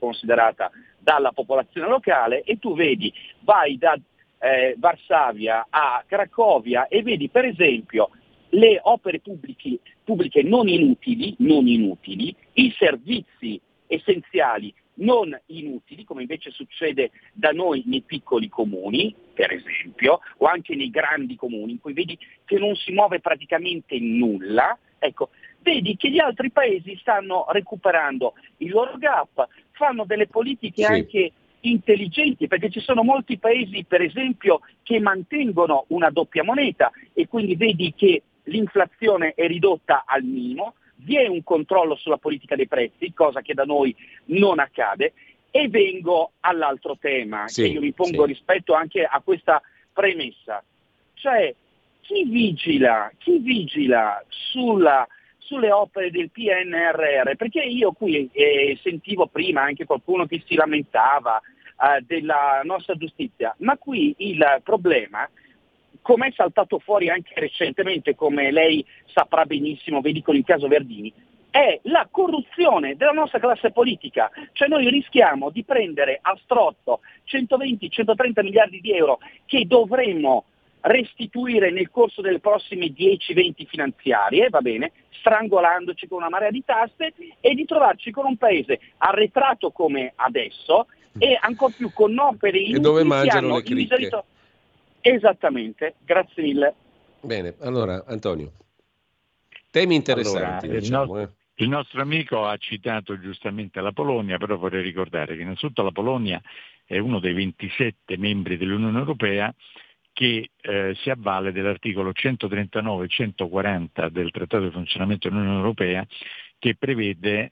dalla popolazione locale, e tu vedi, vai da Varsavia a Cracovia e vedi per esempio le opere pubbliche non inutili, i servizi essenziali non inutili, come invece succede da noi nei piccoli comuni, per esempio, o anche nei grandi comuni, in cui vedi che non si muove praticamente nulla. Ecco, vedi che gli altri paesi stanno recuperando il loro gap, fanno delle politiche anche intelligenti, perché ci sono molti paesi, per esempio, che mantengono una doppia moneta e quindi vedi che l'inflazione è ridotta al minimo, vi è un controllo sulla politica dei prezzi, cosa che da noi non accade. E vengo all'altro tema che io mi pongo rispetto anche a questa premessa, cioè chi vigila sulle opere del PNRR, perché io qui sentivo prima anche qualcuno che si lamentava della nostra giustizia, ma qui il problema, come è saltato fuori anche recentemente, come lei saprà benissimo, vedi con il caso Verdini, è la corruzione della nostra classe politica. Cioè noi rischiamo di prendere a strotto 120-130 miliardi di euro che dovremmo restituire nel corso delle prossime 10-20 finanziarie, va bene, strangolandoci con una marea di tasse, e di trovarci con un paese arretrato come adesso e ancor più con opere inutili dove mangiano le cricche. Esattamente, grazie mille. Bene, allora Antonio, temi interessanti. Allora, il nostro amico ha citato giustamente la Polonia, però vorrei ricordare che innanzitutto la Polonia è uno dei 27 membri dell'Unione Europea che si avvale dell'articolo 139 e 140 del Trattato di funzionamento dell'Unione Europea, che prevede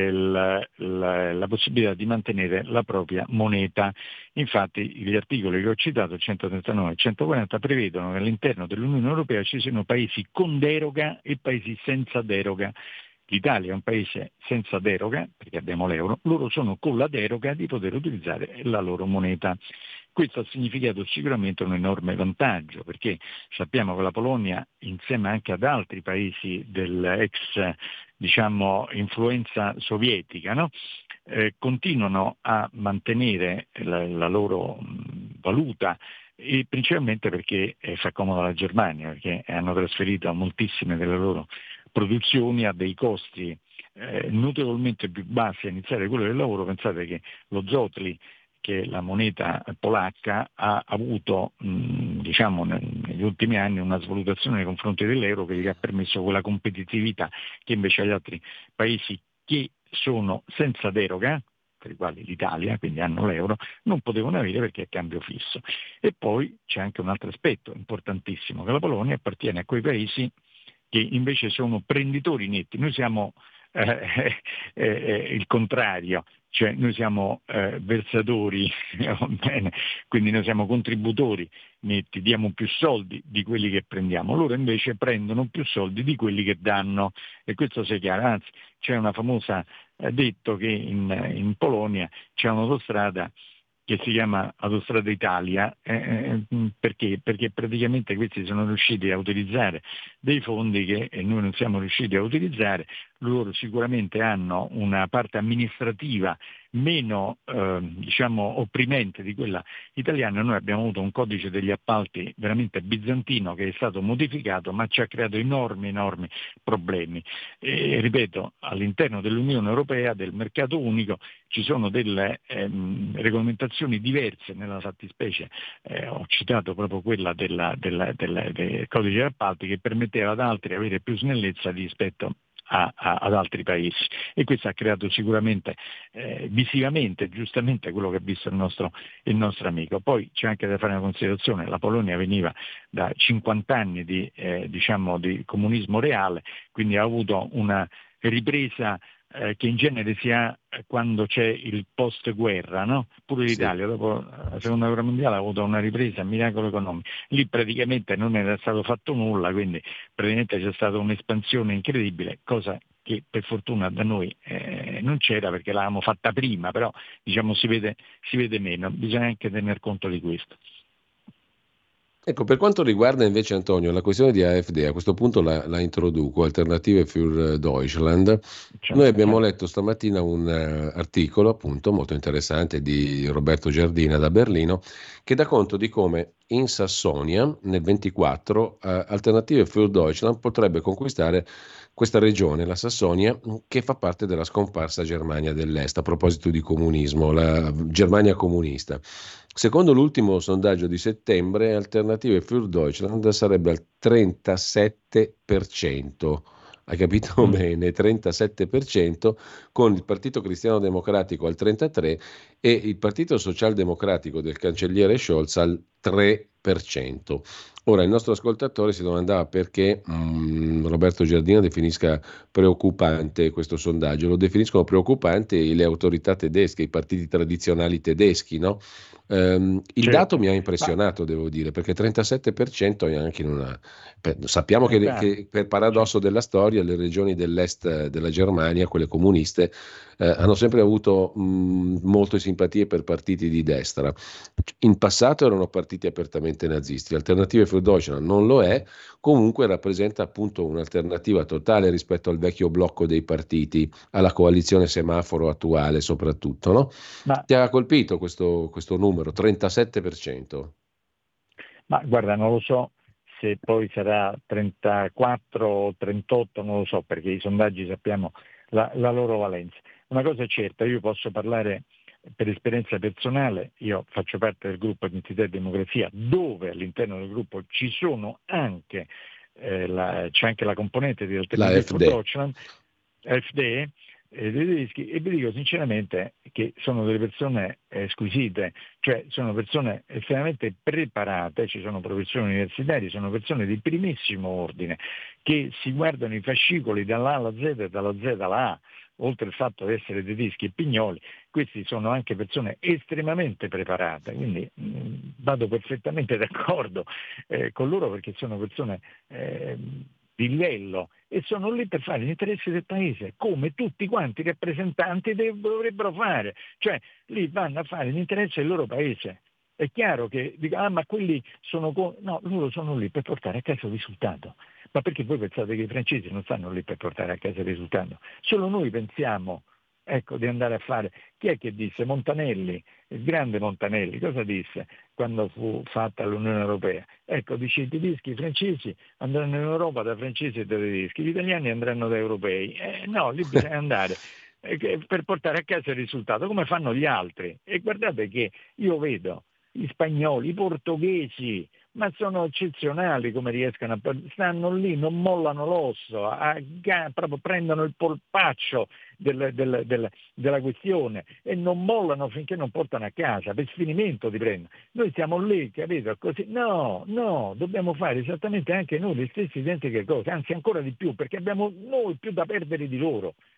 la possibilità di mantenere la propria moneta. Infatti gli articoli che ho citato, 139 e 140, prevedono che all'interno dell'Unione Europea ci siano paesi con deroga e paesi senza deroga. L'Italia è un paese senza deroga, perché abbiamo l'euro, loro sono con la deroga di poter utilizzare la loro moneta. Questo ha significato sicuramente un enorme vantaggio, perché sappiamo che la Polonia, insieme anche ad altri paesi dell'ex influenza sovietica, no? Continuano a mantenere la loro valuta, e principalmente perché fa comodo alla Germania, perché hanno trasferito moltissime delle loro produzioni a dei costi notevolmente più bassi a iniziare quello del lavoro. Pensate che lo zloty, che è la moneta polacca, ha avuto negli ultimi anni una svalutazione nei confronti dell'euro che gli ha permesso quella competitività che invece agli altri paesi che sono senza deroga, per i quali l'Italia, quindi hanno l'euro, non potevano avere, perché è cambio fisso. E poi c'è anche un altro aspetto importantissimo, che la Polonia appartiene a quei paesi che invece sono prenditori netti. Noi siamo il contrario. Cioè noi siamo versatori, bene, quindi noi siamo contributori netti, diamo più soldi di quelli che prendiamo, loro invece prendono più soldi di quelli che danno, e questo sia chiaro. Anzi, c'è una famosa detto che in Polonia c'è un'autostrada che si chiama Autostrada Italia, perché praticamente questi sono riusciti a utilizzare dei fondi che noi non siamo riusciti a utilizzare. Loro sicuramente hanno una parte amministrativa meno opprimente di quella italiana. Noi abbiamo avuto un codice degli appalti veramente bizantino che è stato modificato, ma ci ha creato enormi problemi. E ripeto, all'interno dell'Unione Europea, del mercato unico, ci sono delle regolamentazioni diverse. Nella fattispecie ho citato proprio quella del codice degli appalti, che permetteva ad altri di avere più snellezza rispetto ad altri paesi, e questo ha creato sicuramente visivamente, giustamente, quello che ha visto il nostro amico. Poi c'è anche da fare una considerazione: la Polonia veniva da 50 anni di comunismo reale, quindi ha avuto una ripresa che in genere si ha quando c'è il post-guerra, no? Pure l'Italia dopo la seconda guerra mondiale ha avuto una ripresa a miracolo economico. Lì praticamente non era stato fatto nulla, quindi praticamente c'è stata un'espansione incredibile, cosa che per fortuna da noi non c'era, perché l'avevamo fatta prima, però si vede meno. Bisogna anche tener conto di questo. Ecco, per quanto riguarda invece, Antonio, la questione di AfD, a questo punto la introduco, Alternative für Deutschland. Noi abbiamo letto stamattina un articolo, appunto, molto interessante di Roberto Giardina da Berlino, che dà conto di come in Sassonia, nel 24, Alternative für Deutschland potrebbe conquistare questa regione, la Sassonia, che fa parte della scomparsa Germania dell'Est, a proposito di comunismo, la Germania comunista. Secondo l'ultimo sondaggio di settembre, Alternative für Deutschland sarebbe al 37%. Hai capito bene? 37%, con il Partito Cristiano Democratico al 33% e il Partito Socialdemocratico del cancelliere Scholz al 3%. Ora, il nostro ascoltatore si domandava perché Roberto Giardino definisca preoccupante questo sondaggio. Lo definiscono preoccupante le autorità tedesche, i partiti tradizionali tedeschi, no? Il dato mi ha impressionato, devo dire, perché 37% è anche in una... Sappiamo che per paradosso della storia le regioni dell'est della Germania, quelle comuniste, hanno sempre avuto molte simpatie per partiti di destra. In passato erano partiti apertamente nazisti. L'Alternative für Deutschland non lo è, comunque rappresenta appunto un'alternativa totale rispetto al vecchio blocco dei partiti, alla coalizione semaforo attuale soprattutto, no? Ti ha colpito questo numero, 37%? Ma guarda, non lo so se poi sarà 34 o 38, non lo so, perché i sondaggi sappiamo la loro valenza. Una cosa è certa, io posso parlare per esperienza personale, io faccio parte del gruppo Identità e Democrazia, dove all'interno del gruppo ci sono anche c'è anche la componente di Alternative für Deutschland, AfD, dei tedeschi, e vi dico sinceramente che sono delle persone squisite, cioè sono persone estremamente preparate, ci sono professori universitari, sono persone di primissimo ordine, che si guardano i fascicoli dall'A alla Z e dalla Z alla A. Oltre al fatto di essere tedeschi e pignoli, questi sono anche persone estremamente preparate, quindi vado perfettamente d'accordo con loro, perché sono persone di livello e sono lì per fare gli interessi del paese, come tutti quanti i rappresentanti dovrebbero fare, cioè lì vanno a fare gli interessi del loro paese. È chiaro che dico, ma quelli sono... No, loro sono lì per portare a casa il risultato. Ma perché voi pensate che i francesi non stanno lì per portare a casa il risultato? Solo noi pensiamo, di andare a fare... Chi è che disse? Montanelli, il grande Montanelli, cosa disse quando fu fatta l'Unione Europea? Dice, i tedeschi, i francesi andranno in Europa da francesi e da tedeschi, gli italiani andranno da europei. No, lì bisogna andare per portare a casa il risultato, come fanno gli altri. E guardate che io vedo gli spagnoli, i portoghesi, ma sono eccezionali come riescono stanno lì, non mollano l'osso, proprio prendono il polpaccio della questione e non mollano finché non portano a casa, per sfinimento di prendere. Noi siamo lì, capito? Così. No, dobbiamo fare esattamente anche noi le stesse identiche cose, anzi ancora di più, perché abbiamo noi più da perdere di loro.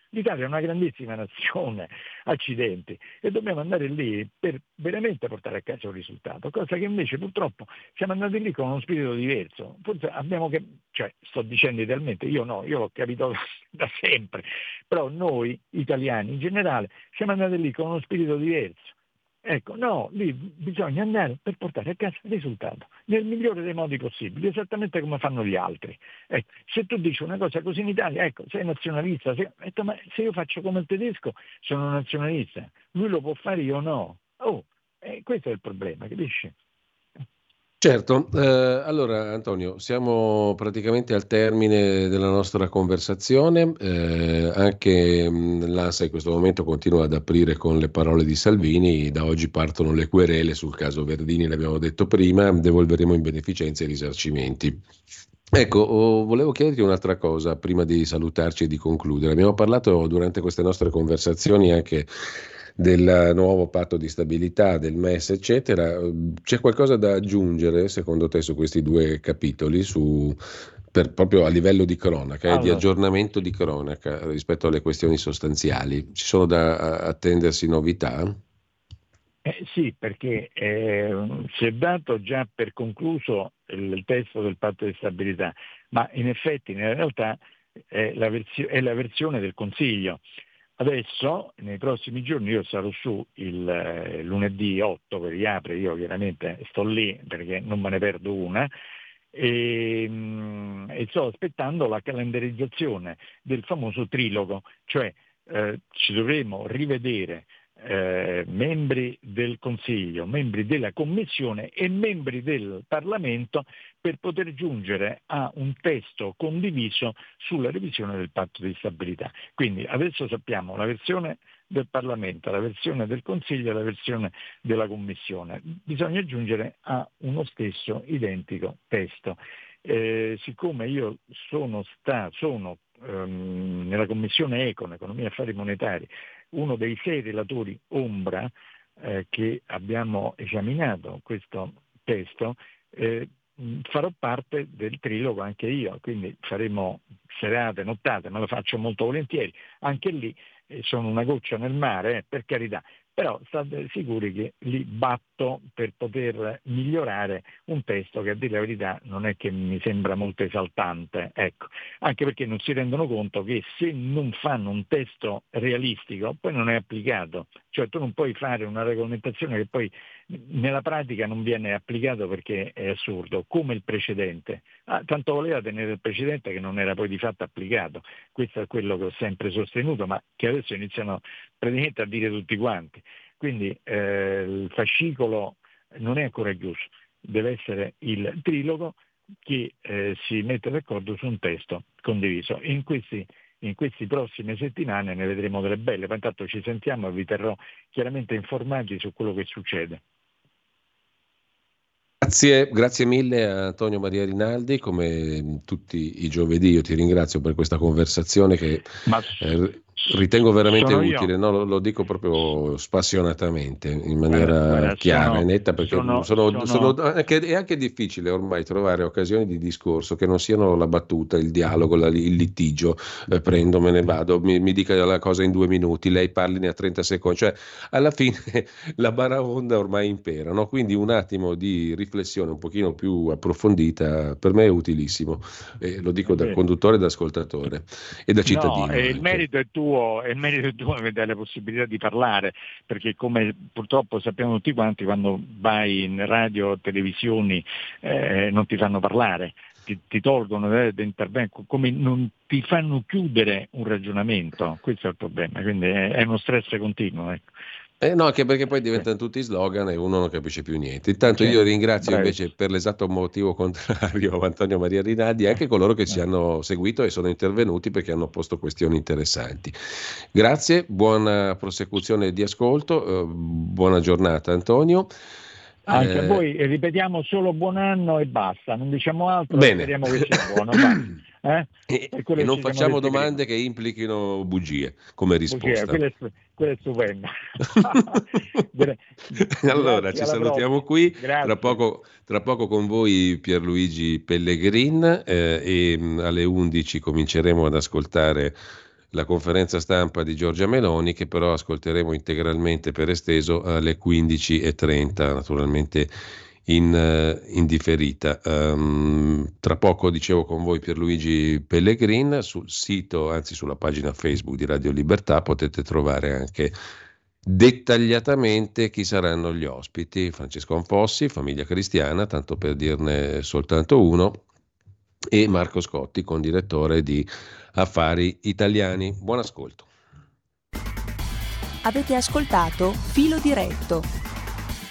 L'Italia è una grandissima nazione, accidenti, e dobbiamo andare lì per veramente portare a casa un risultato, cosa che invece purtroppo siamo andati lì con uno spirito diverso. Forse sto dicendo idealmente, io no, io l'ho capito da sempre, però noi italiani in generale siamo andati lì con uno spirito diverso. Ecco, no, lì bisogna andare per portare a casa il risultato, nel migliore dei modi possibili, esattamente come fanno gli altri. Ecco, se tu dici una cosa così in Italia, ecco, sei nazionalista, ma se io faccio come il tedesco sono nazionalista, lui lo può fare, io no. Questo è il problema, capisci? Certo, allora Antonio, siamo praticamente al termine della nostra conversazione, anche l'ANSA in questo momento continua ad aprire con le parole di Salvini, da oggi partono le querele sul caso Verdini, l'abbiamo detto prima, devolveremo in beneficenza i risarcimenti. Ecco, volevo chiederti un'altra cosa prima di salutarci e di concludere. Abbiamo parlato durante queste nostre conversazioni anche del nuovo patto di stabilità, del MES, eccetera. C'è qualcosa da aggiungere, secondo te, su questi due capitoli, proprio a livello di cronaca, di aggiornamento di cronaca rispetto alle questioni sostanziali? Ci sono da attendersi novità? Sì, perché si è dato già per concluso il testo del patto di stabilità, ma in effetti nella realtà è la versione del Consiglio. Adesso, nei prossimi giorni, io sarò su il lunedì 8 che riapre, io chiaramente sto lì perché non me ne perdo una, e sto aspettando la calendarizzazione del famoso trilogo, cioè ci dovremo rivedere membri del Consiglio, membri della Commissione e membri del Parlamento per poter giungere a un testo condiviso sulla revisione del patto di stabilità. Quindi adesso sappiamo la versione del Parlamento, la versione del Consiglio e la versione della Commissione. Bisogna giungere a uno stesso identico testo. Siccome io sono nella Commissione Econ, Economia e Affari Monetari, uno dei 6 relatori ombra che abbiamo esaminato questo testo, farò parte del trilogo anche io, quindi faremo serate, nottate, ma lo faccio molto volentieri. Anche lì sono una goccia nel mare, per carità, però state sicuri che li batto per poter migliorare un testo che, a dire la verità, non è che mi sembra molto esaltante, ecco, anche perché non si rendono conto che se non fanno un testo realistico poi non è applicato, cioè tu non puoi fare una regolamentazione che poi nella pratica non viene applicato perché è assurdo, come il precedente. Tanto voleva tenere il precedente che non era poi di fatto applicato. Questo è quello che ho sempre sostenuto, ma che adesso iniziano praticamente a dire tutti quanti. Quindi il fascicolo non è ancora chiuso, deve essere il trilogo che si mette d'accordo su un testo condiviso. In queste prossime settimane ne vedremo delle belle, ma intanto ci sentiamo e vi terrò chiaramente informati su quello che succede. Grazie mille a Antonio Maria Rinaldi, come tutti i giovedì io ti ringrazio per questa conversazione che ritengo veramente utile, no? Lo dico proprio spassionatamente, in maniera chiara e netta, perché è anche difficile ormai trovare occasioni di discorso che non siano la battuta, il dialogo, il litigio, prendo, me ne vado, mi dica la cosa in 2 minuti, lei parli ne a 30 secondi, cioè alla fine la baraonda ormai impera, no? Quindi un attimo di riflessione un pochino più approfondita per me è utilissimo, lo dico da conduttore e da ascoltatore e da cittadino. No, il merito è tuo che dai la possibilità di parlare, perché come purtroppo sappiamo tutti quanti, quando vai in radio o televisioni non ti fanno parlare, ti tolgono d'intervento, come non ti fanno chiudere un ragionamento, questo è il problema, quindi è uno stress continuo, ecco. No, anche perché poi diventano tutti slogan e uno non capisce più niente. Intanto io ringrazio invece per l'esatto motivo contrario Antonio Maria Rinaldi e anche coloro che ci hanno seguito e sono intervenuti perché hanno posto questioni interessanti. Grazie, buona prosecuzione di ascolto, buona giornata Antonio. Anche a voi ripetiamo solo buon anno e basta, non diciamo altro, bene. Speriamo che sia buono. E non facciamo domande che implichino bugie come risposta. Quella è stupenda. Allora ci salutiamo qui, tra poco con voi Pierluigi Pellegrin e alle 11 cominceremo ad ascoltare la conferenza stampa di Giorgia Meloni, che però ascolteremo integralmente per esteso alle 15:30, naturalmente in differita. Tra poco, dicevo con voi, Pierluigi Pellegrin. Sul sito, anzi sulla pagina Facebook di Radio Libertà, potete trovare anche dettagliatamente chi saranno gli ospiti: Francesco Anfossi, Famiglia Cristiana, tanto per dirne soltanto uno, e Marco Scotti, condirettore di Affari Italiani. Buon ascolto. Avete ascoltato Filo Diretto.